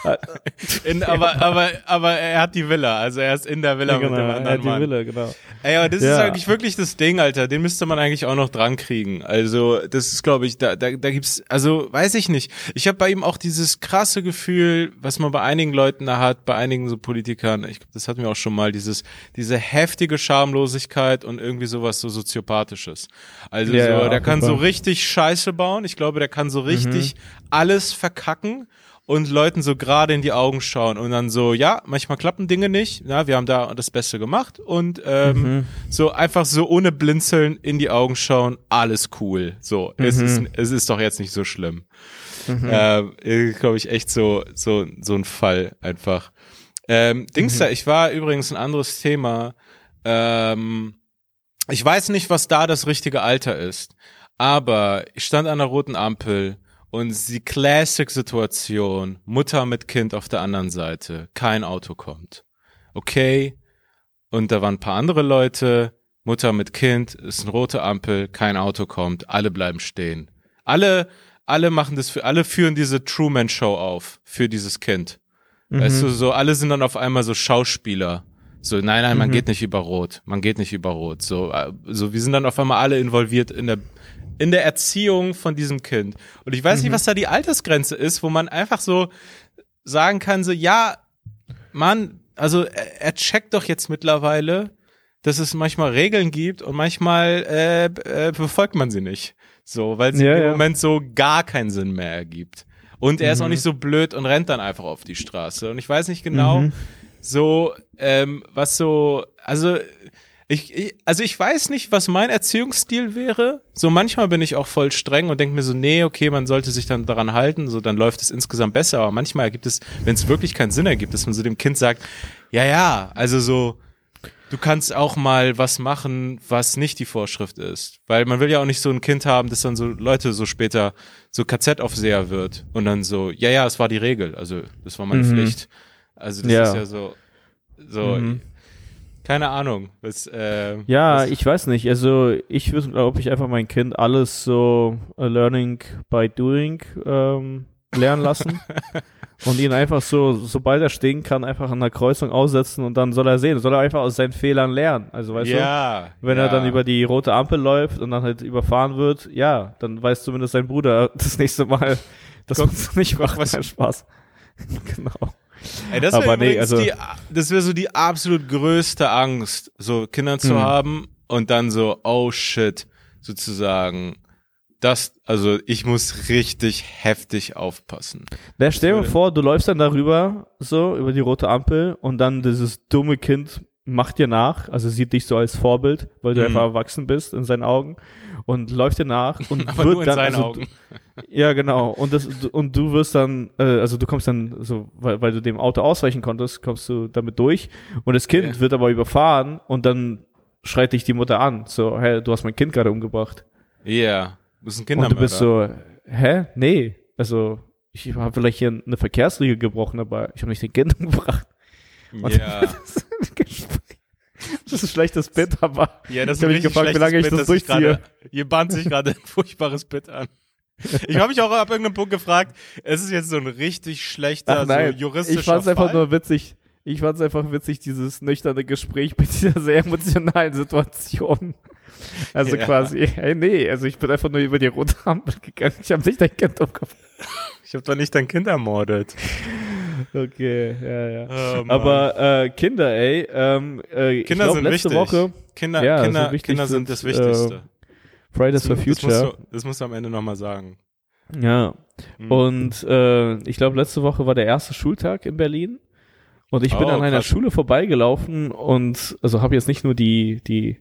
Aber er hat die Villa, also er ist in der Villa mit dem anderen Mann. Er hat die Villa, genau. Ey, aber das ist eigentlich wirklich das Ding, Alter, den müsste man eigentlich auch noch dran kriegen. Also, das ist, glaube ich, da gibt's, also, weiß ich nicht. Ich habe bei ihm auch dieses krasse Gefühl, was man bei einigen Leuten da hat, bei einigen so Politikern, ich glaube, das hatten wir auch schon mal, diese heftige Schamlosigkeit und irgendwie sowas so Soziopathisches. Also der kann so richtig Scheiße bauen. Ich glaube, der kann so richtig alles verkacken und Leuten so gerade in die Augen schauen und dann so, ja, manchmal klappen Dinge nicht, ja, wir haben da das Beste gemacht und so einfach so ohne Blinzeln in die Augen schauen, alles cool. So, es ist doch jetzt nicht so schlimm. Glaube ich echt so ein Fall einfach. Ich war übrigens ein anderes Thema. Ich weiß nicht, was da das richtige Alter ist, aber ich stand an der roten Ampel und die Classic-Situation, Mutter mit Kind auf der anderen Seite, kein Auto kommt. Okay, und da waren ein paar andere Leute, Mutter mit Kind, ist eine rote Ampel, kein Auto kommt, alle bleiben stehen. Alle machen das alle führen diese Truman-Show auf für dieses Kind. Weißt du, so, alle sind dann auf einmal so Schauspieler. So, nein, man geht nicht über Rot. So, wir sind dann auf einmal alle involviert in der Erziehung von diesem Kind. Und ich weiß nicht, was da die Altersgrenze ist, wo man einfach so sagen kann, so, ja, Mann, also er checkt doch jetzt mittlerweile, dass es manchmal Regeln gibt und manchmal befolgt man sie nicht. So, weil sie im Moment so gar keinen Sinn mehr ergibt. Und er ist auch nicht so blöd und rennt dann einfach auf die Straße. Und ich weiß nicht genau, so, was so, also ich weiß nicht, was mein Erziehungsstil wäre. So manchmal bin ich auch voll streng und denke mir so, nee, okay, man sollte sich dann daran halten, so dann läuft es insgesamt besser. Aber manchmal ergibt es, wenn es wirklich keinen Sinn ergibt, dass man so dem Kind sagt, ja, also so, du kannst auch mal was machen, was nicht die Vorschrift ist. Weil man will ja auch nicht so ein Kind haben, das dann so Leute so später so KZ-Aufseher wird und dann so, ja, es war die Regel, also das war meine Pflicht. Also das ist ja so keine Ahnung. Ich weiß nicht. Also ich würde, glaube ich, einfach mein Kind alles so learning by doing lernen lassen und ihn einfach so, sobald er stehen kann, einfach an der Kreuzung aussetzen und dann soll er sehen, soll er einfach aus seinen Fehlern lernen. Also weißt du, wenn er dann über die rote Ampel läuft und dann halt überfahren wird, ja, dann weiß zumindest sein Bruder das nächste Mal, dass es nicht macht, keinen Spaß. Genau. Ey, das wäre so die absolut größte Angst, so Kinder zu haben und dann so, oh shit, sozusagen. Also ich muss richtig heftig aufpassen. Stell dir vor, du läufst dann darüber, so, über die rote Ampel und dann dieses dumme Kind macht dir nach, also sieht dich so als Vorbild, weil du einfach erwachsen bist in seinen Augen und läuft dir nach und aber wird nur in dann, seinen Augen. Ja, genau. Und du wirst dann, also du kommst dann so, weil du dem Auto ausweichen konntest, kommst du damit durch und das Kind wird aber überfahren und dann schreit dich die Mutter an, so, hey, du hast mein Kind gerade umgebracht. Ja. Du bist ein Kindermörder. Und du bist so, hä? Nee. Also, ich habe vielleicht hier eine Verkehrsregel gebrochen, aber ich habe nicht den Kind umgebracht. Ja. Das ist ein schlechtes Bit, aber ja, das ich habe mich gefragt, wie lange ich das durchziehe. Hier bahnt sich gerade ein furchtbares Bit an. Ich habe mich auch ab irgendeinem Punkt gefragt, es ist jetzt so ein richtig schlechter, so juristischer Ich fand es einfach nur witzig. Ich fand es einfach witzig, dieses nüchterne Gespräch mit dieser sehr emotionalen Situation. Also quasi, hey, nee, also ich bin einfach nur über die rote Ampel gegangen. Ich habe nicht dein Kind umgebracht. Ich habe doch nicht dein Kind ermordet. Okay, ja. Oh, aber Kinder, ey. Kinder sind wichtig. Woche, Kinder sind das Wichtigste. Fridays for Future. Das musst du am Ende nochmal sagen. Ja. Und ich glaube, letzte Woche war der erste Schultag in Berlin. Und ich bin an einer Schule vorbeigelaufen und also habe jetzt nicht nur die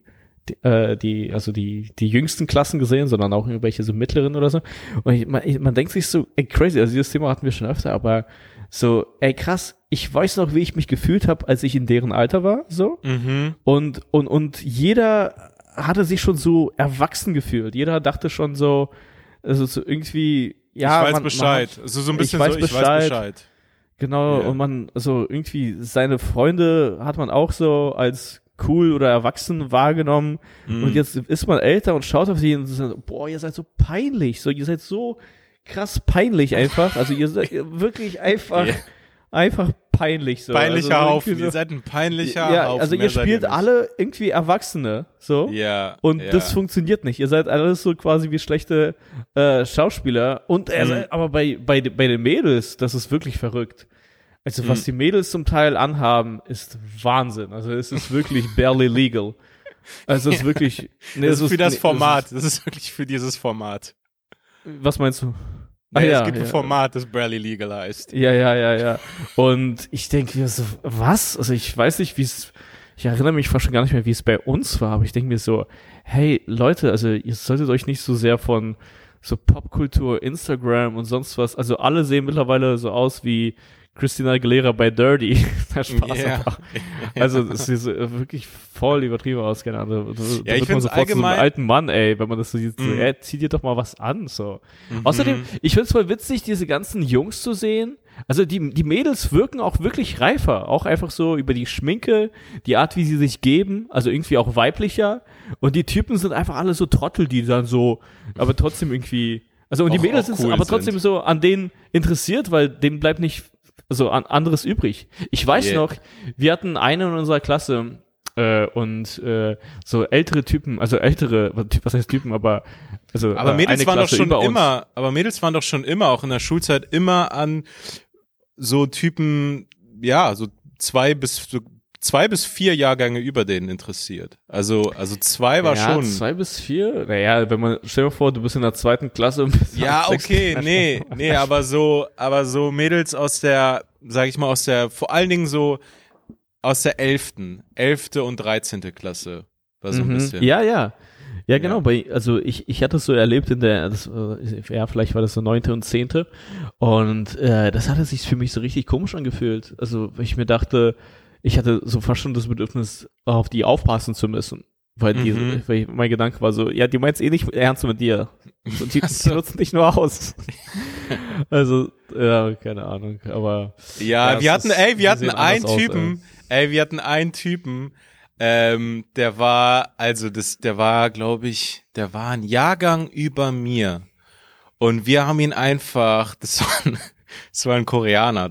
jüngsten Klassen gesehen, sondern auch irgendwelche so mittleren oder so. Und man denkt sich so, ey, crazy, also dieses Thema hatten wir schon öfter, aber so, ey, krass, ich weiß noch, wie ich mich gefühlt habe, als ich in deren Alter war, so. Mhm. Und jeder hatte sich schon so erwachsen gefühlt. Jeder dachte schon so, also so irgendwie, ja. Ich weiß Bescheid. Also so ein bisschen ich weiß Bescheid. Genau, und man, also irgendwie seine Freunde hat man auch so als cool oder erwachsen wahrgenommen und jetzt ist man älter und schaut auf die und sagt, boah, ihr seid so peinlich, so, ihr seid so krass peinlich einfach, also ihr seid wirklich einfach peinlich so. Peinlicher also, Haufen, ihr seid ein peinlicher Haufen. Ja, also ihr spielt alle irgendwie Erwachsene, so. Ja. Und das funktioniert nicht. Ihr seid alles so quasi wie schlechte Schauspieler und aber bei den Mädels, das ist wirklich verrückt. Also was die Mädels zum Teil anhaben, ist Wahnsinn. Also es ist wirklich barely legal. Also es ist wirklich... Nee, das ist für das Format. Das ist wirklich für dieses Format. Was meinst du? Es gibt ein Format, das barely legal heißt. Ja. Und ich denke mir so, was? Also ich weiß nicht, wie es... Ich erinnere mich fast schon gar nicht mehr, wie es bei uns war, aber ich denke mir so, hey Leute, also ihr solltet euch nicht so sehr von so Popkultur, Instagram und sonst was... Also alle sehen mittlerweile so aus wie Christina Aguilera bei Dirty. Spaß. Yeah. Also das ist wirklich voll übertrieben aus, keine Ahnung. Ja, ich finde es allgemein so einem alten Mann, ey, wenn man das so sieht, so, zieh dir doch mal was an, so. Außerdem, ich finde es voll witzig, diese ganzen Jungs zu sehen. Also die Mädels wirken auch wirklich reifer, auch einfach so über die Schminke, die Art, wie sie sich geben, also irgendwie auch weiblicher. Und die Typen sind einfach alle so Trottel, die dann so, aber trotzdem irgendwie, also und die Mädels sind aber trotzdem so an denen interessiert, weil denen bleibt nicht so anderes übrig. Ich weiß noch, wir hatten einen in unserer Klasse und so ältere Typen, also ältere, was heißt Typen, aber also aber Mädels waren doch schon immer, auch in der Schulzeit immer an so Typen, ja, so 2 bis 4 Jahrgänge über denen interessiert. Also 2 war schon. 2 bis 4? Naja, wenn man, stell dir vor, du bist in der 2. Klasse und bist ja, okay, nee, aber so Mädels aus der, sag ich mal, vor allen Dingen so aus der 11. und 13. Klasse. War so ein bisschen. Ja, genau, also ich hatte es so erlebt vielleicht war das so 9. und 10. Und das hatte sich für mich so richtig komisch angefühlt. Also, weil ich mir dachte, ich hatte so fast schon das Bedürfnis, auf die aufpassen zu müssen. Weil mein Gedanke war so, ja, die meint's eh nicht ernst mit dir. So, die nutzen dich nur aus. Also, ja, keine Ahnung, aber. Ja, wir hatten einen Typen, der war ein Jahrgang über mir. Und wir haben ihn einfach, das war ein Koreaner,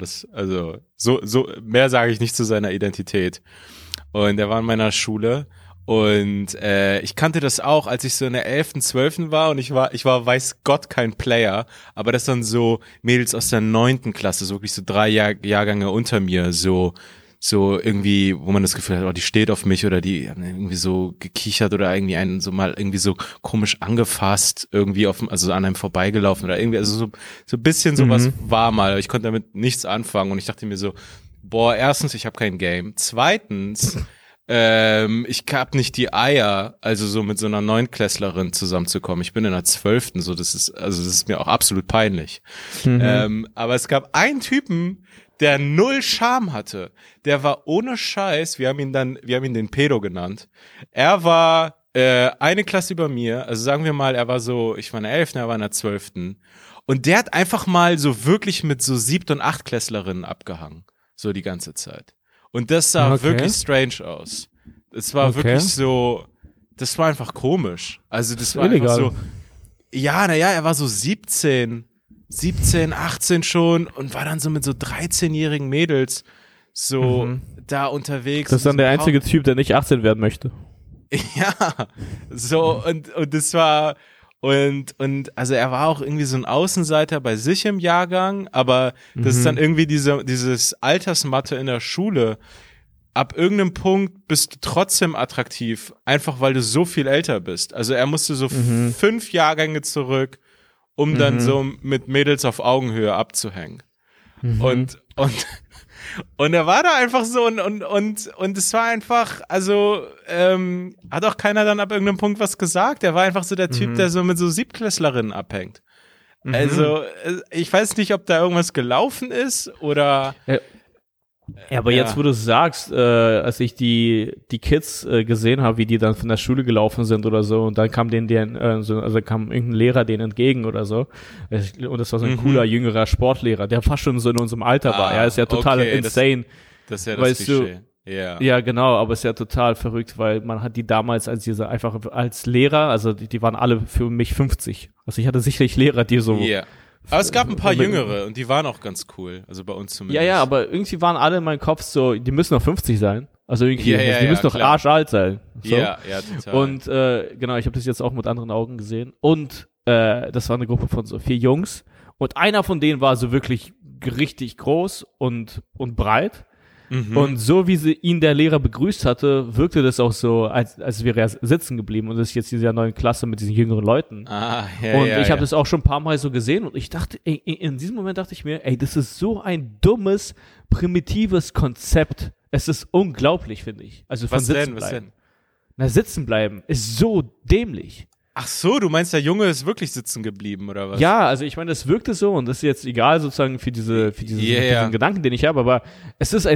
so mehr sage ich nicht zu seiner Identität. Und der war in meiner Schule. Und ich kannte das auch, als ich so in der 11., 12. war und ich war weiß Gott kein Player, aber das dann so Mädels aus der 9. Klasse, so wirklich so 3 Jahrgänge unter mir, so irgendwie, wo man das Gefühl hat, oh, die steht auf mich oder die haben irgendwie so gekichert oder irgendwie einen so mal irgendwie so komisch angefasst, irgendwie also an einem vorbeigelaufen oder irgendwie, also so ein bisschen sowas war mal, ich konnte damit nichts anfangen und ich dachte mir so, boah, erstens, ich habe kein Game, zweitens, ich hab nicht die Eier, also so mit so einer 9-Klässlerin zusammenzukommen. Ich bin in der 12. so, das ist mir auch absolut peinlich. Aber es gab einen Typen, der 0 Charme hatte. Der war ohne Scheiß, wir haben ihn den Pedo genannt. Er war eine Klasse über mir, also sagen wir mal, ich war in der 11., er war in der 12. Und der hat einfach mal so wirklich mit so 7- und 8-Klässlerinnen abgehangen. So die ganze Zeit. Und das sah wirklich strange aus. Es war wirklich so, das war einfach komisch. Also das war illegal. Einfach so, er war so 17, 18 schon und war dann so mit so 13-jährigen Mädels so da unterwegs. Das ist dann der einzige Typ, der nicht 18 werden möchte. Ja, so und das war und also er war auch irgendwie so ein Außenseiter bei sich im Jahrgang, aber das ist dann irgendwie dieses Altersmatte in der Schule. Ab irgendeinem Punkt bist du trotzdem attraktiv, einfach weil du so viel älter bist. Also er musste so 5 Jahrgänge zurück, um dann so mit Mädels auf Augenhöhe abzuhängen. Und er war da einfach so und es war einfach, also hat auch keiner dann ab irgendeinem Punkt was gesagt. Er war einfach so der Typ, der so mit so 7-Klässlerinnen abhängt. Also ich weiß nicht, ob da irgendwas gelaufen ist oder Ja, aber jetzt, wo du es sagst, als ich die Kids gesehen habe, wie die dann von der Schule gelaufen sind oder so, und dann kam kam irgendein Lehrer denen entgegen oder so, und das war so ein cooler, jüngerer Sportlehrer, der fast schon so in unserem Alter war. Er ist ja total insane. Das ist ja das Klischee. Ja, genau, aber es ist ja total verrückt, weil man hat die damals einfach als Lehrer, also die waren alle für mich 50. Also ich hatte sicherlich Lehrer, die so aber es gab ein paar Jüngere und die waren auch ganz cool, also bei uns zumindest. Ja, aber irgendwie waren alle in meinem Kopf so, die müssen noch 50 sein. Also irgendwie, die müssen noch arschalt sein. So. Ja, total. Und genau, ich habe das jetzt auch mit anderen Augen gesehen. Und das war eine Gruppe von so 4 Jungs. Und einer von denen war so wirklich richtig groß und breit. Und so wie ihn der Lehrer begrüßt hatte, wirkte das auch so, als wäre er sitzen geblieben. Und das ist jetzt diese neuen Klasse mit diesen jüngeren Leuten. Und ich habe das auch schon ein paar Mal so gesehen und ich dachte, in diesem Moment dachte ich mir, das ist so ein dummes, primitives Konzept. Es ist unglaublich, finde ich. Also von sitzen bleiben. Sitzen bleiben ist so dämlich. Ach so, du meinst, der Junge ist wirklich sitzen geblieben, oder was? Ja, also ich meine, das wirkte so und das ist jetzt egal sozusagen für diesen Gedanken, den ich habe, aber es ist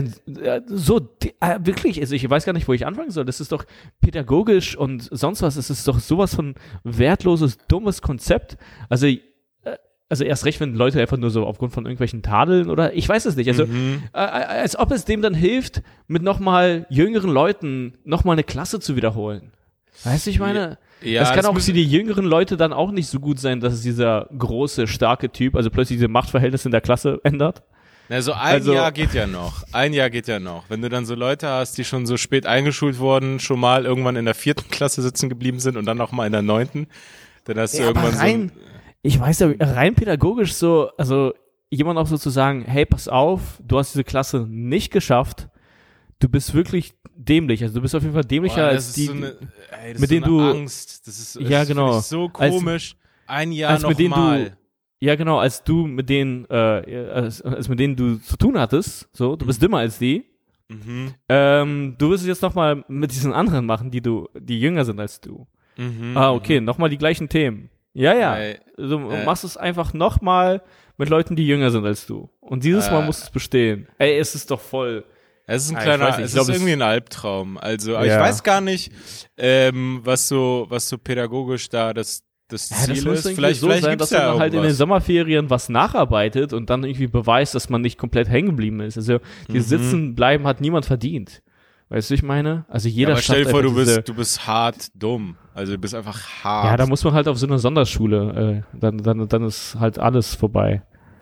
wirklich, also ich weiß gar nicht, wo ich anfangen soll. Das ist doch pädagogisch und sonst was, es ist doch sowas von wertloses, dummes Konzept. Also erst recht, wenn Leute einfach nur so aufgrund von irgendwelchen Tadeln oder ich weiß es nicht. Also als ob es dem dann hilft, mit nochmal jüngeren Leuten nochmal eine Klasse zu wiederholen. Weißt du, ich meine, das kann auch für die jüngeren Leute dann auch nicht so gut sein, dass es dieser große, starke Typ, also plötzlich diese Machtverhältnisse in der Klasse ändert. Also ein Jahr geht ja noch. Wenn du dann so Leute hast, die schon so spät eingeschult wurden, schon mal irgendwann in der 4. Klasse sitzen geblieben sind und dann noch mal in der 9., dann hast du irgendwann ich weiß ja, rein pädagogisch so, also jemand auch so zu sagen, hey, pass auf, du hast diese Klasse nicht geschafft, du bist wirklich dämlich, also du bist auf jeden Fall dämlicher als die, mit denen du Angst, das ist so komisch, ein Jahr nochmal. Ja, genau, als mit denen du zu tun hattest, so, du bist dümmer als die, du wirst es jetzt nochmal mit diesen anderen machen, die jünger sind als du. Okay, nochmal die gleichen Themen. Ja. Du machst es einfach nochmal mit Leuten, die jünger sind als du. Und dieses Mal muss es bestehen. Es ist doch voll. Es ist es ist irgendwie ein Albtraum. Also, aber ich weiß gar nicht, was so pädagogisch da das Ziel ist. Vielleicht so sein, dass man halt in den Sommerferien was nacharbeitet und dann irgendwie beweist, dass man nicht komplett hängen geblieben ist. Also, dieses Sitzen bleiben hat niemand verdient. Weißt du, ich meine? Also jeder aber stell dir vor, du bist hart dumm. Also du bist einfach hart. Ja, da muss man halt auf so eine Sonderschule. Dann ist halt alles vorbei.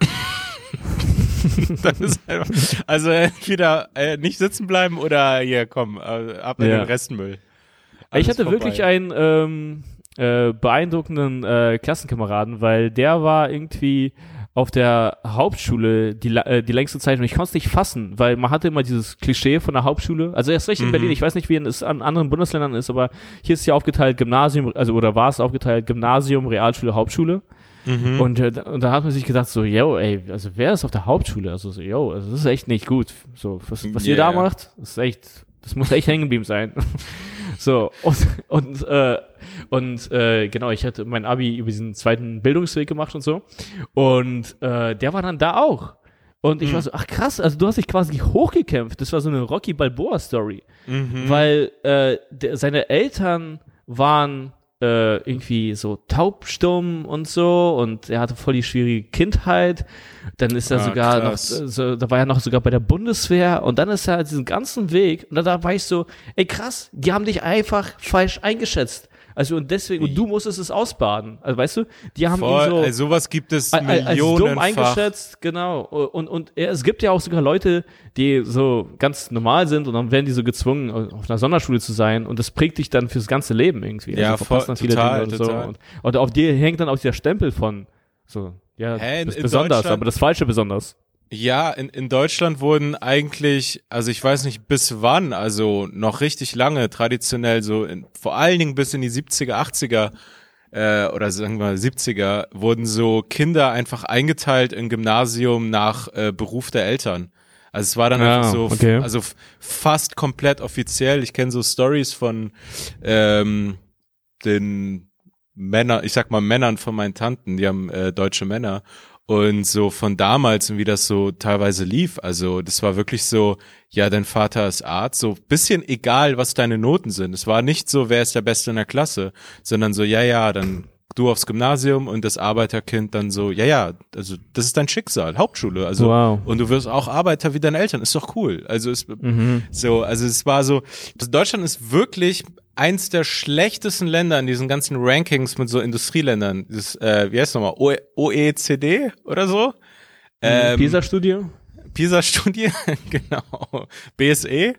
Dann ist einfach, also entweder nicht sitzen bleiben oder hier, komm, ab in den Restmüll. Ich hatte wirklich einen beeindruckenden Klassenkameraden, weil der war irgendwie auf der Hauptschule die längste Zeit und ich konnte es nicht fassen, weil man hatte immer dieses Klischee von der Hauptschule, also erst recht in Berlin, ich weiß nicht, wie es an anderen Bundesländern ist, aber hier ist ja aufgeteilt Gymnasium, also oder war es aufgeteilt Gymnasium, Realschule, Hauptschule. Und da hat man sich gedacht so, yo, ey, also wer ist auf der Hauptschule? Also so, yo, also das ist echt nicht gut. So, was ihr da macht, das muss echt hängen geblieben sein. So, genau, ich hatte mein Abi über diesen zweiten Bildungsweg gemacht und so. Und der war dann da auch. Und ich war so, ach krass, also du hast dich quasi hochgekämpft. Das war so eine Rocky Balboa-Story. Weil seine Eltern waren irgendwie so taubstumm und so und er hatte voll die schwierige Kindheit. Dann ist er sogar krass. Da war er noch sogar bei der Bundeswehr und dann ist er diesen ganzen Weg und da war ich so, ey krass, die haben dich einfach falsch eingeschätzt. Also und deswegen, und du musstest es ausbaden. Also weißt du, die haben ihn so also sowas gibt es millionenfach. Als dumm eingeschätzt, genau. Und es gibt ja auch sogar Leute, die so ganz normal sind und dann werden die so gezwungen, auf einer Sonderschule zu sein und das prägt dich dann fürs ganze Leben irgendwie. Ja, also verpasst dann viele Dinge und so. Und auf dir hängt dann auch dieser Stempel von so, ja, du bist besonders, aber das Falsche besonders. Ja, in Deutschland wurden eigentlich, also ich weiß nicht bis wann, also noch richtig lange, traditionell so, vor allen Dingen bis in die 70er, 80er oder sagen wir 70er, wurden so Kinder einfach eingeteilt im Gymnasium nach Beruf der Eltern. Also es war dann einfach so, also fast komplett offiziell. Ich kenne so Stories von den Männern, ich sag mal Männern von meinen Tanten, die haben deutsche Männer. Und so von damals und wie das so teilweise lief, also das war wirklich so, ja, dein Vater ist Arzt, so bisschen egal, was deine Noten sind. Es war nicht so, wer ist der Beste in der Klasse, sondern so, ja, dann du aufs Gymnasium und das Arbeiterkind dann so, ja, also das ist dein Schicksal, Hauptschule, also und du wirst auch Arbeiter wie deine Eltern, ist doch cool. Also es war so, Deutschland ist wirklich eins der schlechtesten Länder in diesen ganzen Rankings mit so Industrieländern. Das, wie heißt es nochmal? OECD oder so? PISA-Studie? PISA-Studie, genau. BSE.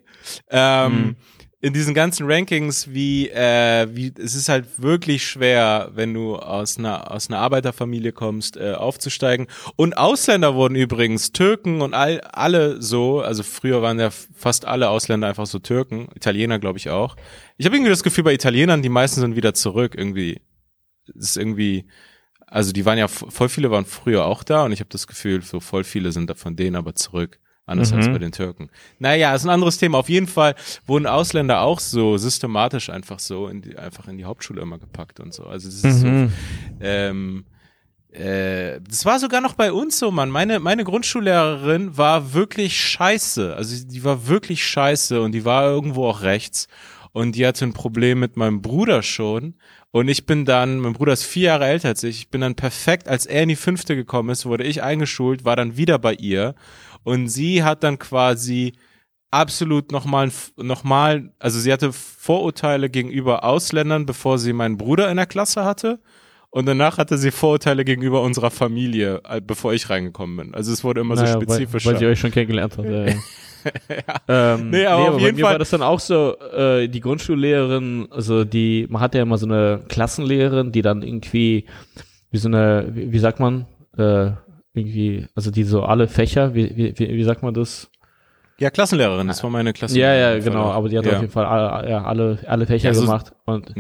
In diesen ganzen Rankings, wie es ist halt wirklich schwer, wenn du aus einer Arbeiterfamilie kommst, aufzusteigen. Und Ausländer wurden übrigens Türken und alle so, also früher waren ja fast alle Ausländer einfach so Türken, Italiener glaube ich auch. Ich habe irgendwie das Gefühl, bei Italienern, die meisten sind wieder zurück irgendwie. Es ist irgendwie, also die waren ja, voll viele waren früher auch da und ich habe das Gefühl, so voll viele sind da von denen aber zurück. Anders als bei den Türken. Naja, ist ein anderes Thema. Auf jeden Fall wurden Ausländer auch so systematisch einfach so einfach in die Hauptschule immer gepackt und so. Also das ist so, das war sogar noch bei uns so, Mann. Meine Grundschullehrerin war wirklich scheiße. Also die war wirklich scheiße und die war irgendwo auch rechts. Und die hatte ein Problem mit meinem Bruder schon. Und ich bin dann, mein Bruder ist 4 Jahre älter als ich bin dann perfekt, als er in die 5. gekommen ist, wurde ich eingeschult, war dann wieder bei ihr. Und sie hat dann quasi absolut nochmal, also sie hatte Vorurteile gegenüber Ausländern, bevor sie meinen Bruder in der Klasse hatte. Und danach hatte sie Vorurteile gegenüber unserer Familie, bevor ich reingekommen bin. Also es wurde immer so spezifischer. Weil sie euch schon kennengelernt hat. Ja. Aber auf jeden Fall war das dann auch so, die Grundschullehrerin, also man hatte ja immer so eine Klassenlehrerin, die dann irgendwie, wie sagt man, irgendwie, also die so alle Fächer, wie sagt man das? Ja, Klassenlehrerin, das war meine Klassenlehrerin. Ja, genau, aber die hat auf jeden Fall alle Fächer gemacht und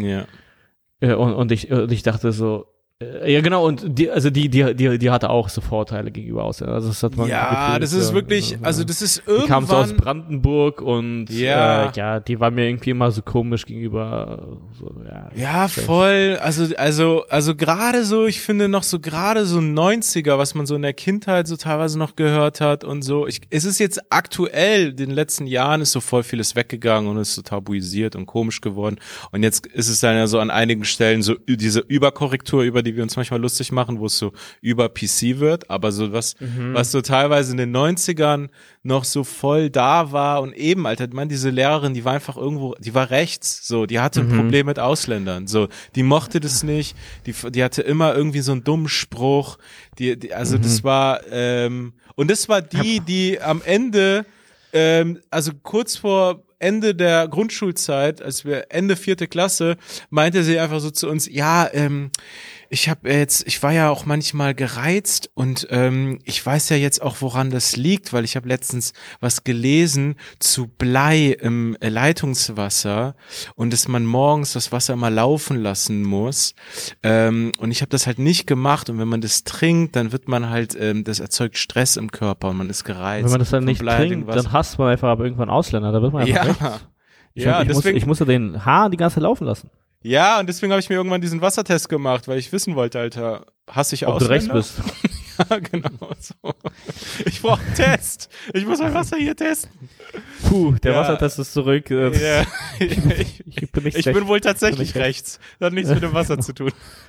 ich dachte so, ja genau, und die hatte auch so Vorteile gegenüber Ausländern. Also das hat man gefühlt, das ist wirklich, also das ist irgendwann. Die kam so aus Brandenburg und die war mir irgendwie immer so komisch gegenüber. So, voll. Also gerade so, ich finde noch so gerade so 90er, was man so in der Kindheit so teilweise noch gehört hat und so. Es ist jetzt aktuell, in den letzten Jahren ist so voll vieles weggegangen und ist so tabuisiert und komisch geworden. Und jetzt ist es dann ja so an einigen Stellen so diese Überkorrektur, über die die wir uns manchmal lustig machen, wo es so über PC wird, aber so was so teilweise in den 90ern noch so voll da war und eben, Alter, man, diese Lehrerin, die war einfach irgendwo, die war rechts, so, die hatte ein Problem mit Ausländern, so, die mochte das nicht, die hatte immer irgendwie so einen dummen Spruch, also das war, und das war die am Ende, also kurz vor Ende der Grundschulzeit, als wir Ende 4. Klasse, meinte sie einfach so zu uns, ja, ich war ja auch manchmal gereizt und ich weiß ja jetzt auch, woran das liegt, weil ich habe letztens was gelesen zu Blei im Leitungswasser und dass man morgens das Wasser mal laufen lassen muss und ich habe das halt nicht gemacht und wenn man das trinkt, dann wird man halt, das erzeugt Stress im Körper und man ist gereizt. Wenn man das dann nicht trinkt, dann hasst man einfach aber irgendwann Ausländer, da wird man einfach ich muss ja den Haar die ganze Zeit laufen lassen. Ja, und deswegen habe ich mir irgendwann diesen Wassertest gemacht, weil ich wissen wollte, Alter, hasse ich Ausländer? Ob du rechts bist. Ja, genau so. Ich brauche einen Test. Ich muss mein Wasser hier testen. Puh, der Wassertest ist zurück. Ja. Ich bin wohl tatsächlich rechts. Das hat nichts mit dem Wasser zu tun.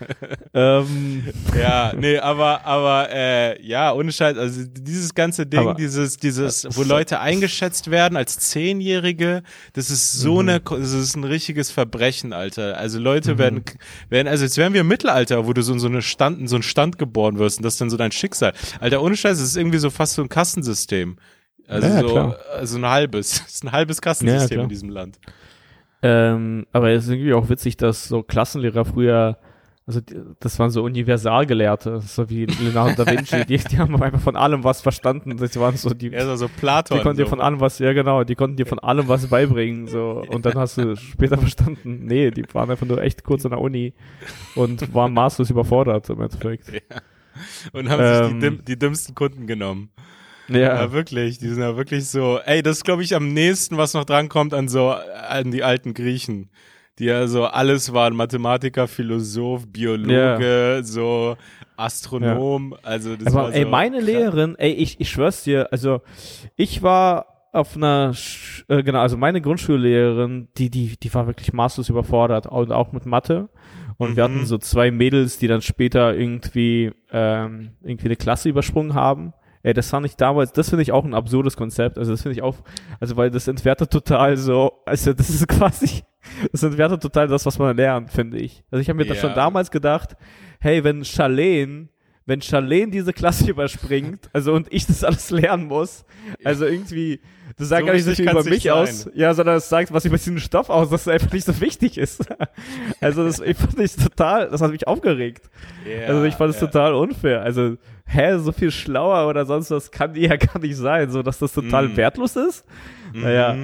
Ja, nee, aber ja, ohne Scheiß, also dieses ganze Ding, aber dieses, wo Leute eingeschätzt werden als 10-Jährige, das ist das ist ein richtiges Verbrechen, Alter. Also Leute werden, also jetzt wären wir im Mittelalter, wo du so einen Stand geboren wirst und das ist dann so dein Schicksal. Alter, ohne Scheiß, es ist irgendwie so fast so ein Kastensystem. Also also ein halbes. Es ist ein halbes Kastensystem in diesem Land. Aber es ist irgendwie auch witzig, dass so Klassenlehrer früher, also das waren so Universalgelehrte, so wie Leonardo da Vinci, die haben einfach von allem was verstanden. Das waren so so Platon. Die konnten dir von allem was, die konnten dir von allem was beibringen, so. Und dann hast du später verstanden, nee, die waren einfach nur echt kurz an der Uni und waren maßlos überfordert im Endeffekt. Ja. Und haben sich die dümmsten Kunden genommen. Ja, wirklich. Die sind ja wirklich so, das ist, glaube ich, am nächsten, was noch drankommt an die alten Griechen. Die ja so alles waren, Mathematiker, Philosoph, Biologe, so Astronom, also das aber war so. Meine Lehrerin, ich schwör's dir, also ich war auf einer, also meine Grundschullehrerin, die war wirklich maßlos überfordert, und auch mit Mathe. Und wir hatten so 2 Mädels, die dann später irgendwie eine Klasse übersprungen haben. Das fand ich damals, das finde ich auch ein absurdes Konzept. Also das finde ich auch, also weil das entwertet total so, also das ist quasi, das entwertet total das, was man lernt, finde ich. Also ich habe mir das schon damals gedacht, hey, wenn Charlene diese Klasse überspringt, also und ich das alles lernen muss, also irgendwie, das sagt gar nicht so viel über mich aus, sondern es sagt was über diesen Stoff aus, dass es einfach nicht so wichtig ist. Also das hat mich aufgeregt. Also ich fand es total unfair. Also, so viel schlauer oder sonst was kann die ja gar nicht sein, so dass das total wertlos ist. Naja.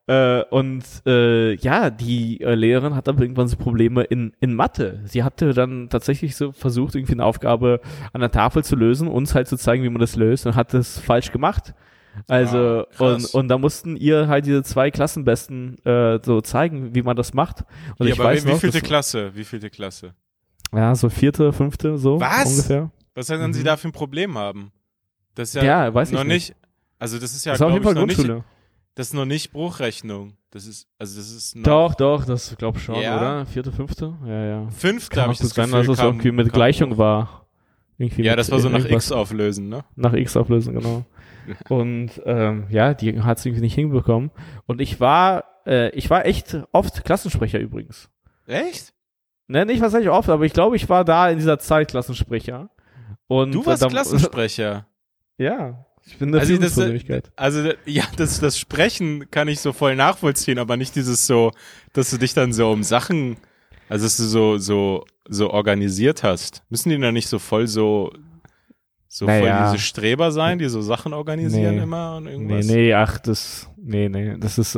Die Lehrerin hat dann irgendwann so Probleme in Mathe. Sie hatte dann tatsächlich so versucht, irgendwie eine Aufgabe an der Tafel zu lösen, uns halt zu zeigen, wie man das löst, und hat das falsch gemacht. Also, und da mussten ihr halt diese 2 Klassenbesten so zeigen, wie man das macht. Und ich weiß noch, wie vielte Klasse? Ja, so 4., 5. so ungefähr. Was sollen sie da für ein Problem haben? Das ist weiß ich nicht. Also das ist ja, das glaube ich, noch nicht. Das ist noch nicht Bruchrechnung. Das ist noch. Doch, das glaube ich schon, oder? 4., 5. Ja. 5. habe ich das Gefühl, dass es irgendwie mit Gleichung war. Irgendwie das war so nach X auflösen, ne? Nach X auflösen, genau. Und die hat es irgendwie nicht hinbekommen. Und ich war echt oft Klassensprecher übrigens. Echt? Ne, nicht wahrscheinlich oft, aber ich glaube, ich war da in dieser Zeit Klassensprecher. Und du warst Klassensprecher? Ja, ich bin eine Führungspersönlichkeit. Das Sprechen kann ich so voll nachvollziehen, aber nicht dieses so, dass du dich dann so um Sachen, also dass du so organisiert hast. Müssen die dann nicht so voll voll diese Streber sein, die so Sachen organisieren immer und irgendwas? Das ist,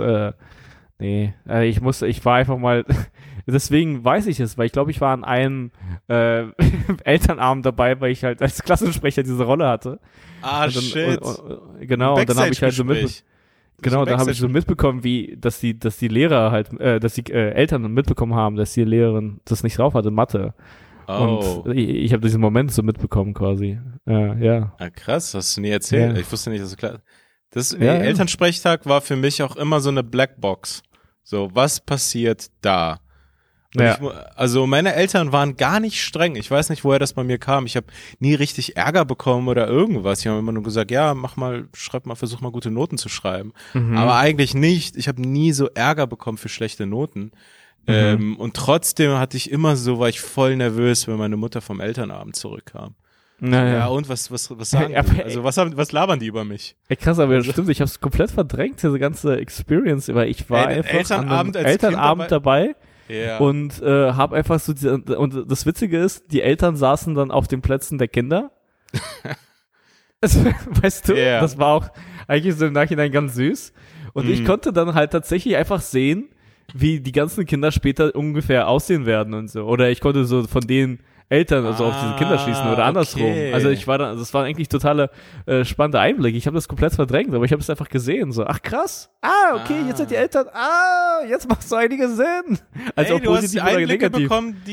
ich war einfach mal, deswegen weiß ich es, weil ich glaube, ich war an einem Elternabend dabei, weil ich halt als Klassensprecher diese Rolle hatte. Shit. Genau, und dann habe ich halt so mitbekommen, dass die Lehrer halt, dass die Eltern mitbekommen haben, dass die Lehrerin das nicht drauf hatte, Mathe. Und ich habe diesen Moment so mitbekommen quasi. Ja. Krass, hast du nie erzählt. Ich wusste nicht, dass du klar. Elternsprechtag war für mich auch immer so eine Blackbox. So, was passiert da? Also meine Eltern waren gar nicht streng. Ich weiß nicht, woher das bei mir kam. Ich habe nie richtig Ärger bekommen oder irgendwas. Ich habe immer nur gesagt, ja, schreib mal, versuch mal gute Noten zu schreiben. Aber eigentlich nicht. Ich habe nie so Ärger bekommen für schlechte Noten. Und trotzdem war ich voll nervös, wenn meine Mutter vom Elternabend zurückkam. Ja, und was sagen die? Also was labern die über mich? Ey, krass, aber stimmt, ich hab's komplett verdrängt, diese ganze Experience, weil ich war einfach an einem Elternabend dabei. Ja. Und hab einfach so und das Witzige ist, die Eltern saßen dann auf den Plätzen der Kinder. Weißt du, das war auch eigentlich so im Nachhinein ganz süß. Und ich konnte dann halt tatsächlich einfach sehen, wie die ganzen Kinder später ungefähr aussehen werden und so. Oder ich konnte so von den Eltern also auf diese Kinder schießen oder andersrum. Okay. Also das war eigentlich totaler spannender Einblick. Ich habe das komplett verdrängt, aber ich habe es einfach gesehen. So, ach krass. Okay, jetzt sind die Eltern. Jetzt macht so einige Sinn. Also auch positiv oder negativ. Bekommen,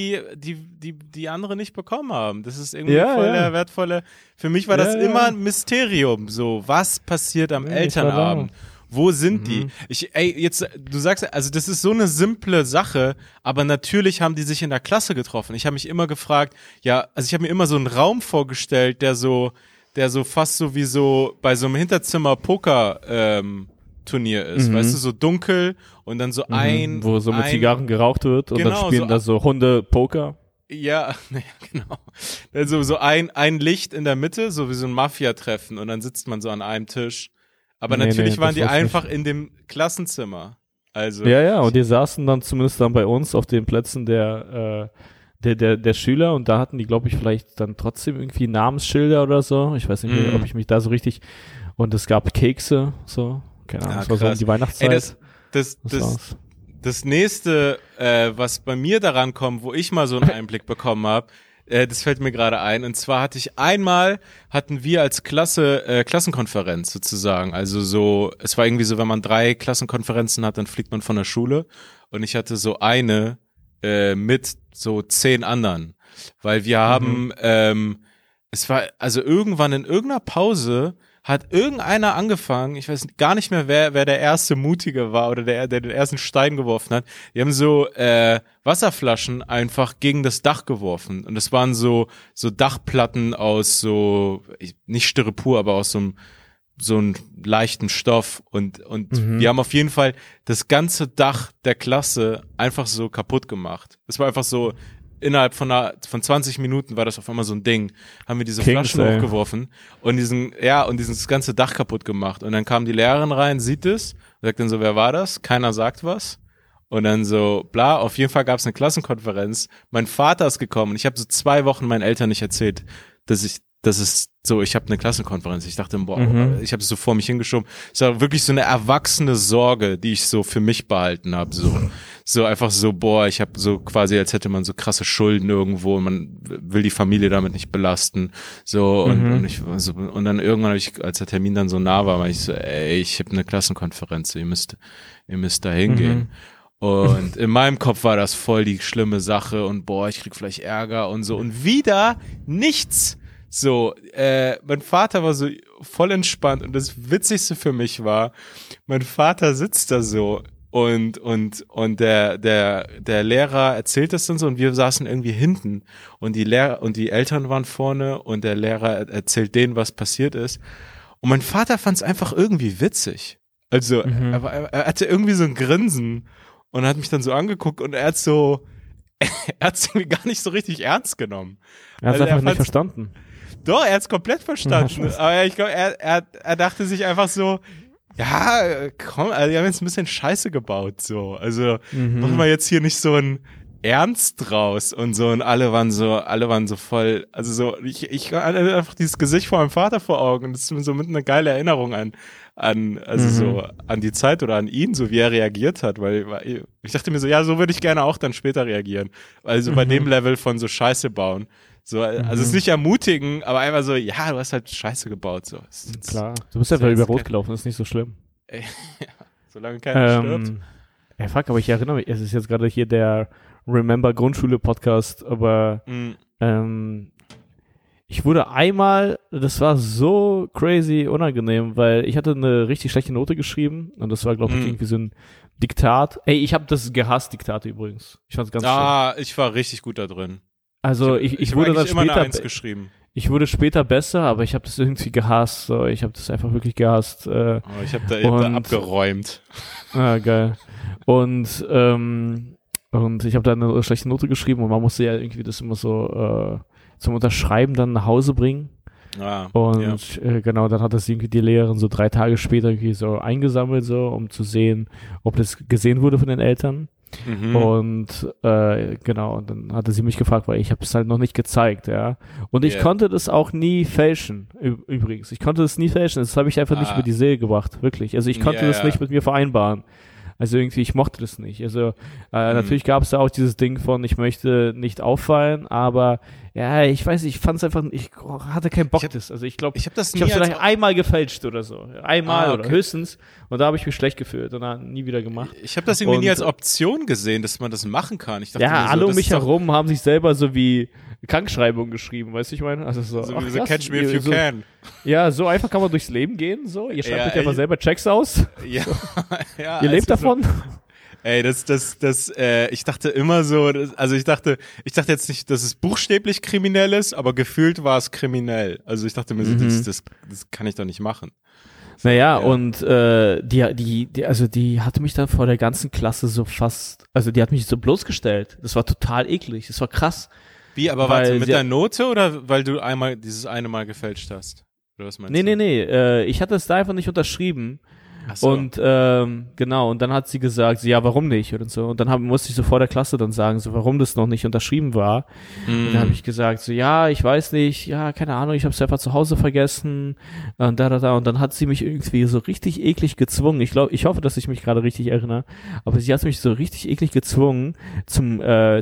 die andere nicht bekommen haben. Das ist irgendwie voll der wertvolle. Für mich war das immer ein Mysterium. So, was passiert am Elternabend? Wo sind die? Du sagst, also das ist so eine simple Sache, aber natürlich haben die sich in der Klasse getroffen. Ich habe mich immer gefragt, ich habe mir immer so einen Raum vorgestellt, der so fast so wie so bei so einem Hinterzimmer-Poker Turnier ist, weißt du, so dunkel und dann so wo so mit Zigarren geraucht wird und dann spielen da so Hunde Poker. Ja, genau. Also so ein Licht in der Mitte, so wie so ein Mafia-Treffen und dann sitzt man so an einem Tisch. Aber natürlich waren die einfach nicht in dem Klassenzimmer. Also ja, und die saßen dann zumindest dann bei uns auf den Plätzen der Schüler und da hatten die, glaube ich, vielleicht dann trotzdem irgendwie Namensschilder oder so. Ich weiß nicht mehr, ob ich mich da so richtig. Und es gab Kekse, so. Keine Ahnung, das war so um die Weihnachtszeit. Das nächste, was bei mir daran kommt, wo ich mal so einen Einblick bekommen habe, das fällt mir gerade ein. Und zwar hatten wir als Klasse Klassenkonferenz sozusagen. Also so, es war irgendwie so, wenn man 3 Klassenkonferenzen hat, dann fliegt man von der Schule. Und ich hatte so eine mit so 10 anderen. Weil wir haben, es war, also irgendwann in irgendeiner Pause hat irgendeiner angefangen, ich weiß gar nicht mehr, wer der erste Mutige war oder der den ersten Stein geworfen hat. Die haben so Wasserflaschen einfach gegen das Dach geworfen. Und es waren so Dachplatten aus so, nicht Styropor, aber aus so einem leichten Stoff. Und wir haben auf jeden Fall das ganze Dach der Klasse einfach so kaputt gemacht. Es war einfach so, innerhalb von 20 Minuten war das auf einmal so ein Ding, haben wir diese Flaschen hochgeworfen und dieses ganze Dach kaputt gemacht. Und dann kam die Lehrerin rein, sieht es und sagt dann so, wer war das? Keiner sagt was. Und dann so, bla, auf jeden Fall gab es eine Klassenkonferenz. Mein Vater ist gekommen und ich habe so 2 Wochen meinen Eltern nicht erzählt, ich habe eine Klassenkonferenz. Ich dachte, ich habe es so vor mich hingeschoben. Es war wirklich so eine erwachsene Sorge, die ich so für mich behalten habe. So einfach so, ich habe so quasi, als hätte man so krasse Schulden irgendwo und man will die Familie damit nicht belasten. So und dann irgendwann habe ich, als der Termin dann so nah war, ich so, ich habe eine Klassenkonferenz, ihr müsst da hingehen. Und in meinem Kopf war das voll die schlimme Sache und ich krieg vielleicht Ärger und so. Und wieder nichts. So, mein Vater war so voll entspannt und das Witzigste für mich war, mein Vater sitzt da so und der Lehrer erzählt das dann so und wir saßen irgendwie hinten und die Eltern waren vorne und der Lehrer erzählt denen, was passiert ist. Und mein Vater fand es einfach irgendwie witzig. Also, er hatte irgendwie so ein Grinsen und hat mich dann so angeguckt und er hat es irgendwie gar nicht so richtig ernst genommen. Er hat es einfach nicht verstanden. Doch, er hat es komplett verstanden. Aber ich glaube, er dachte sich einfach so, ja, komm, also die haben jetzt ein bisschen Scheiße gebaut, so. Also machen wir jetzt hier nicht so ein Ernst draus und so. Und alle waren so voll, also so, ich hatte einfach dieses Gesicht von meinem Vater vor Augen und das ist so mit einer geile Erinnerung so an die Zeit oder an ihn, so wie er reagiert hat, weil ich dachte mir so, ja, so würde ich gerne auch dann später reagieren. Also bei dem Level von so Scheiße bauen. So, also es ist nicht ermutigen, aber einfach so, ja, du hast halt Scheiße gebaut. So. Klar, du bist einfach über Rot gelaufen, das ist nicht so schlimm. Ja, solange keiner stirbt. Ja, fuck, aber ich erinnere mich, es ist jetzt gerade hier der Remember Grundschule Podcast, aber ich wurde einmal, das war so crazy unangenehm, weil ich hatte eine richtig schlechte Note geschrieben und das war, glaube ich, irgendwie so ein Diktat. Ey, ich habe das gehasst, Diktate übrigens. Ich fand's ganz schlimm. Ich war richtig gut da drin. Also ich wurde dann immer eine später 1 geschrieben. Ich wurde später besser, aber ich habe das irgendwie gehasst. So. Ich habe das einfach wirklich gehasst. Ich habe da abgeräumt. Ah, geil. Und ich habe da eine schlechte Note geschrieben und man musste ja irgendwie das immer so zum Unterschreiben dann nach Hause bringen. Genau, dann hat das irgendwie die Lehrerin so 3 Tage später irgendwie so eingesammelt, so, um zu sehen, ob das gesehen wurde von den Eltern. Und genau, und dann hatte sie mich gefragt, weil ich habe es halt noch nicht gezeigt, ja. Und ich konnte das auch nie fälschen, übrigens. Ich konnte das nie fälschen, das habe ich einfach nicht über die Seele gebracht, wirklich. Also ich konnte das nicht mit mir vereinbaren. Also irgendwie, ich mochte das nicht. Also natürlich gab es da auch dieses Ding von, ich möchte nicht auffallen, aber ja, ich weiß nicht, ich fand es einfach, ich hatte keinen Bock das. Also ich glaube, ich habe vielleicht einmal gefälscht oder so. Einmal oder höchstens. Und da habe ich mich schlecht gefühlt und dann nie wieder gemacht. Ich habe das irgendwie nie als Option gesehen, dass man das machen kann. Ich dachte alle um mich herum haben sich selber so wie Krankschreibung geschrieben, weißt du, ich meine? Also so wie so Catch Me If You Can. Ja, so einfach kann man durchs Leben gehen, so. Ihr schreibt euch einfach selber Checks aus. Ja. So. Ihr lebt davon. Ey, ich dachte immer so, ich dachte jetzt nicht, dass es buchstäblich kriminell ist, aber gefühlt war es kriminell. Also ich dachte mir so, das kann ich doch nicht machen. Naja, und die hatte mich dann vor der ganzen Klasse so fast, also die hat mich so bloßgestellt. Das war total eklig, das war krass. Wie, aber warte, mit der Note oder weil du dieses eine Mal gefälscht hast? Oder was meinst du? Nee, ich hatte es da einfach nicht unterschrieben. Ach so. Und genau, und dann hat sie gesagt, ja, warum nicht? Und so. Und dann musste ich so vor der Klasse dann sagen, so, warum das noch nicht unterschrieben war. Und dann habe ich gesagt, so, ja, ich weiß nicht, ja, keine Ahnung, ich habe es einfach zu Hause vergessen. Und und dann hat sie mich irgendwie so richtig eklig gezwungen. Ich hoffe, dass ich mich gerade richtig erinnere. Aber sie hat mich so richtig eklig gezwungen, zum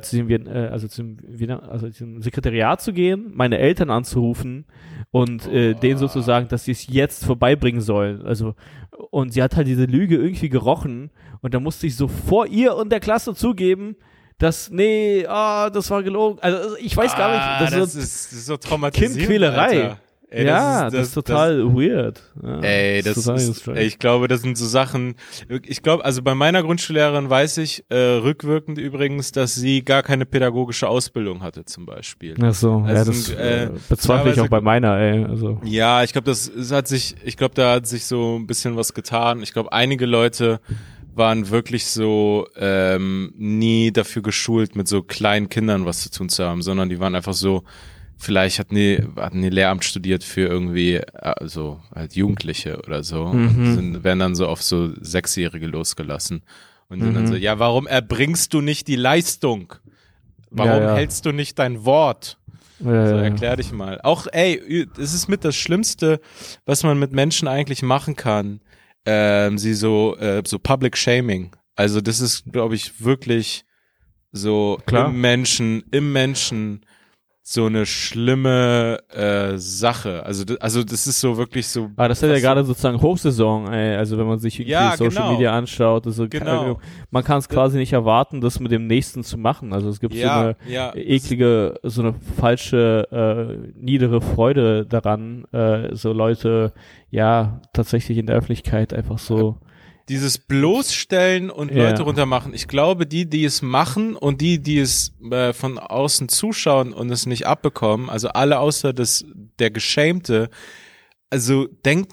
Sekretariat zu gehen, meine Eltern anzurufen und denen sozusagen, dass sie es jetzt vorbeibringen sollen. Also, und sie hat halt diese Lüge irgendwie gerochen und da musste ich so vor ihr und der Klasse zugeben, dass, das war gelogen. Also ich weiß gar nicht. Das ist so traumatisierend, Kindquälerei. Alter. Ey, das ist total weird. Ja, ich glaube, das sind so Sachen, also bei meiner Grundschullehrerin weiß ich, rückwirkend übrigens, dass sie gar keine pädagogische Ausbildung hatte, zum Beispiel. Ach so, also das bezweifle ich auch bei meiner, also. Ja, ich glaube, da hat sich so ein bisschen was getan. Ich glaube, einige Leute waren wirklich so nie dafür geschult, mit so kleinen Kindern was zu tun zu haben, sondern die waren einfach so, vielleicht hatten die Lehramt studiert für irgendwie so halt Jugendliche oder so und werden dann so auf so 6-Jährige losgelassen und sind dann so, ja, warum erbringst du nicht die Leistung? Warum hältst du nicht dein Wort? Erklär dich mal. Auch, es ist mit das Schlimmste, was man mit Menschen eigentlich machen kann, sie so Public Shaming. Also das ist, glaube ich, wirklich so im Menschen so eine schlimme Sache. Also das ist so wirklich so. Aber das ist ja gerade sozusagen Hochsaison, also wenn man sich Social Media anschaut, also man kann es quasi nicht erwarten, das mit dem Nächsten zu machen. Also es gibt so eine eklige, so eine falsche, niedere Freude daran, so Leute, tatsächlich in der Öffentlichkeit einfach so. Dieses Bloßstellen und Leute runtermachen. Ich glaube, die es machen und die es von außen zuschauen und es nicht abbekommen, also alle außer der Geschämte, also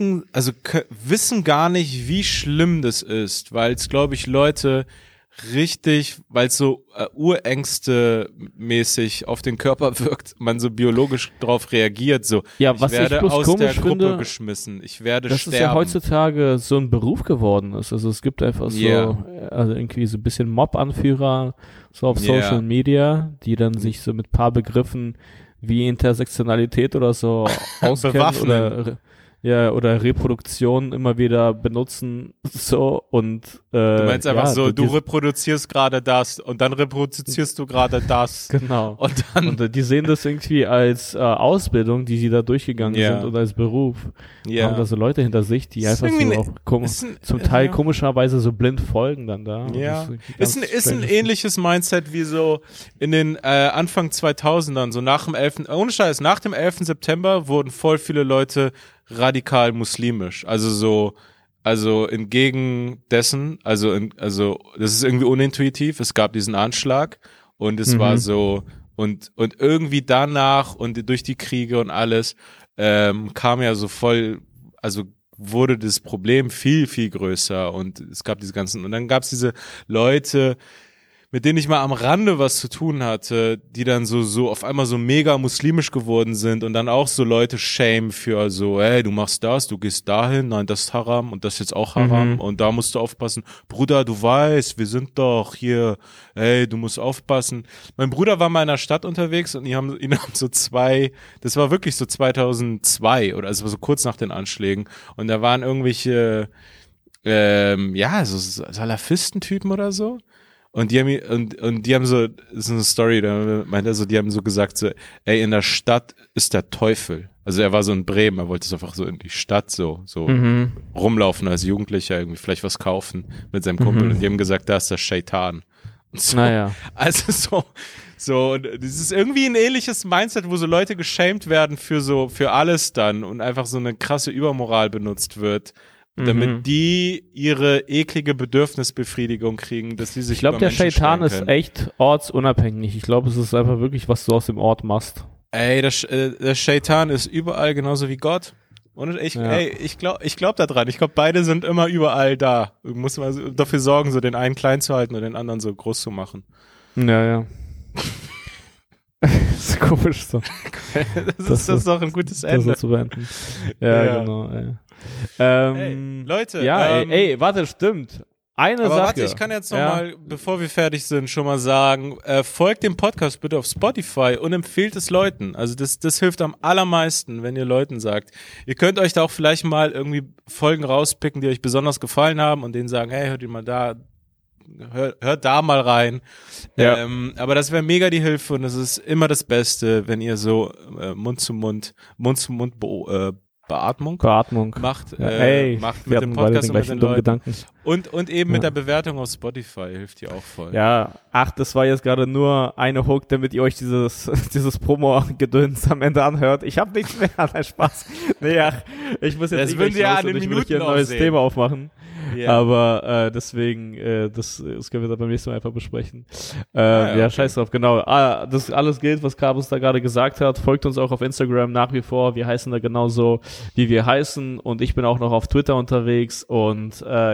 wissen gar nicht, wie schlimm das ist, weil es, glaube ich, Leute richtig, weil es so Urängste mäßig auf den Körper wirkt, man so biologisch drauf reagiert, so was ich werde ich bloß aus komisch der Gruppe finde, geschmissen, ich werde dass sterben. Es ja heutzutage so ein Beruf geworden ist, also es gibt einfach so, also irgendwie so ein bisschen Mob-Anführer so auf Social Media, die dann sich so mit ein paar Begriffen wie Intersektionalität oder so auskennen oder Reproduktion immer wieder benutzen, so, und du meinst einfach du reproduzierst gerade das und dann reproduzierst du gerade das. Genau. Und die sehen das irgendwie als Ausbildung, die sie da durchgegangen sind, und als Beruf. Haben da so Leute hinter sich, die einfach so auch zum Teil komischerweise so blind folgen dann da. Ja. Ist ein ähnliches Mindset wie so in den Anfang 2000ern, so nach dem 11. September wurden voll viele Leute radikal muslimisch. Also so Also entgegen dessen, das ist irgendwie unintuitiv, es gab diesen Anschlag und es war so, und irgendwie danach und durch die Kriege und alles, kam ja so voll, also wurde das Problem viel, viel größer und es gab diese ganzen, und dann gab es diese Leute, mit denen ich mal am Rande was zu tun hatte, die dann so auf einmal so mega muslimisch geworden sind und dann auch so Leute shame für so, hey, du machst das, du gehst dahin, nein, das ist Haram und das ist jetzt auch Haram und da musst du aufpassen. Bruder, du weißt, wir sind doch hier, hey, du musst aufpassen. Mein Bruder war mal in einer Stadt unterwegs und ihn haben so das war wirklich so 2002 oder also so kurz nach den Anschlägen und da waren irgendwelche, so Salafistentypen oder so. Und die haben so, das ist eine Story, da meint er so, die haben so gesagt so, ey, in der Stadt ist der Teufel. Also er war so in Bremen, er wollte so einfach so in die Stadt so rumlaufen als Jugendlicher, irgendwie vielleicht was kaufen mit seinem Kumpel und die haben gesagt, da ist der Shaitan. Und so. Naja. Also so, das ist irgendwie ein ähnliches Mindset, wo so Leute geschämt werden für alles dann und einfach so eine krasse Übermoral benutzt wird. Damit die ihre eklige Bedürfnisbefriedigung kriegen, dass sie sich Ich glaube, der Shaitan ist echt ortsunabhängig. Ich glaube, es ist einfach wirklich, was du aus dem Ort machst. Ey, der Shaitan ist überall genauso wie Gott. Und ich glaube da dran. Ich glaube, beide sind immer überall da. Du musst mal dafür sorgen, so den einen klein zu halten und den anderen so groß zu machen. Ja. Das ist komisch so. das ist doch ein gutes Ende. Das so zu beenden. Ja, genau. Ey. Leute. Ja, warte, stimmt. Eine Sache. Warte, ich kann jetzt noch mal, bevor wir fertig sind, schon mal sagen, folgt dem Podcast bitte auf Spotify und empfehlt es Leuten. Also das hilft am allermeisten, wenn ihr Leuten sagt. Ihr könnt euch da auch vielleicht mal irgendwie Folgen rauspicken, die euch besonders gefallen haben und denen sagen, hey, hört ihr mal da, hört da mal rein. Ja. Aber das wäre mega die Hilfe und das ist immer das Beste, wenn ihr so Mund-zu-Mund Beatmung macht, macht mit dem Podcast und mit den Leuten. Gedanken. Und eben mit der Bewertung auf Spotify hilft ihr auch voll. Ja, das war jetzt gerade nur eine Hook, damit ihr euch dieses Promo-Gedöns am Ende anhört. Ich habe nichts mehr, nein, Spaß. Ich muss jetzt nicht mehr an den Minuten hier ein neues Thema aufmachen. Yeah. Aber deswegen, das können wir dann beim nächsten Mal einfach besprechen. Okay. Scheiß drauf, genau. Das alles gilt, was Carlos da gerade gesagt hat. Folgt uns auch auf Instagram nach wie vor. Wir heißen da genauso, wie wir heißen. Und ich bin auch noch auf Twitter unterwegs. Und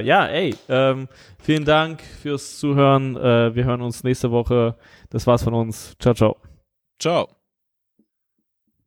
vielen Dank fürs Zuhören. Wir hören uns nächste Woche. Das war's von uns. Ciao, ciao. Ciao.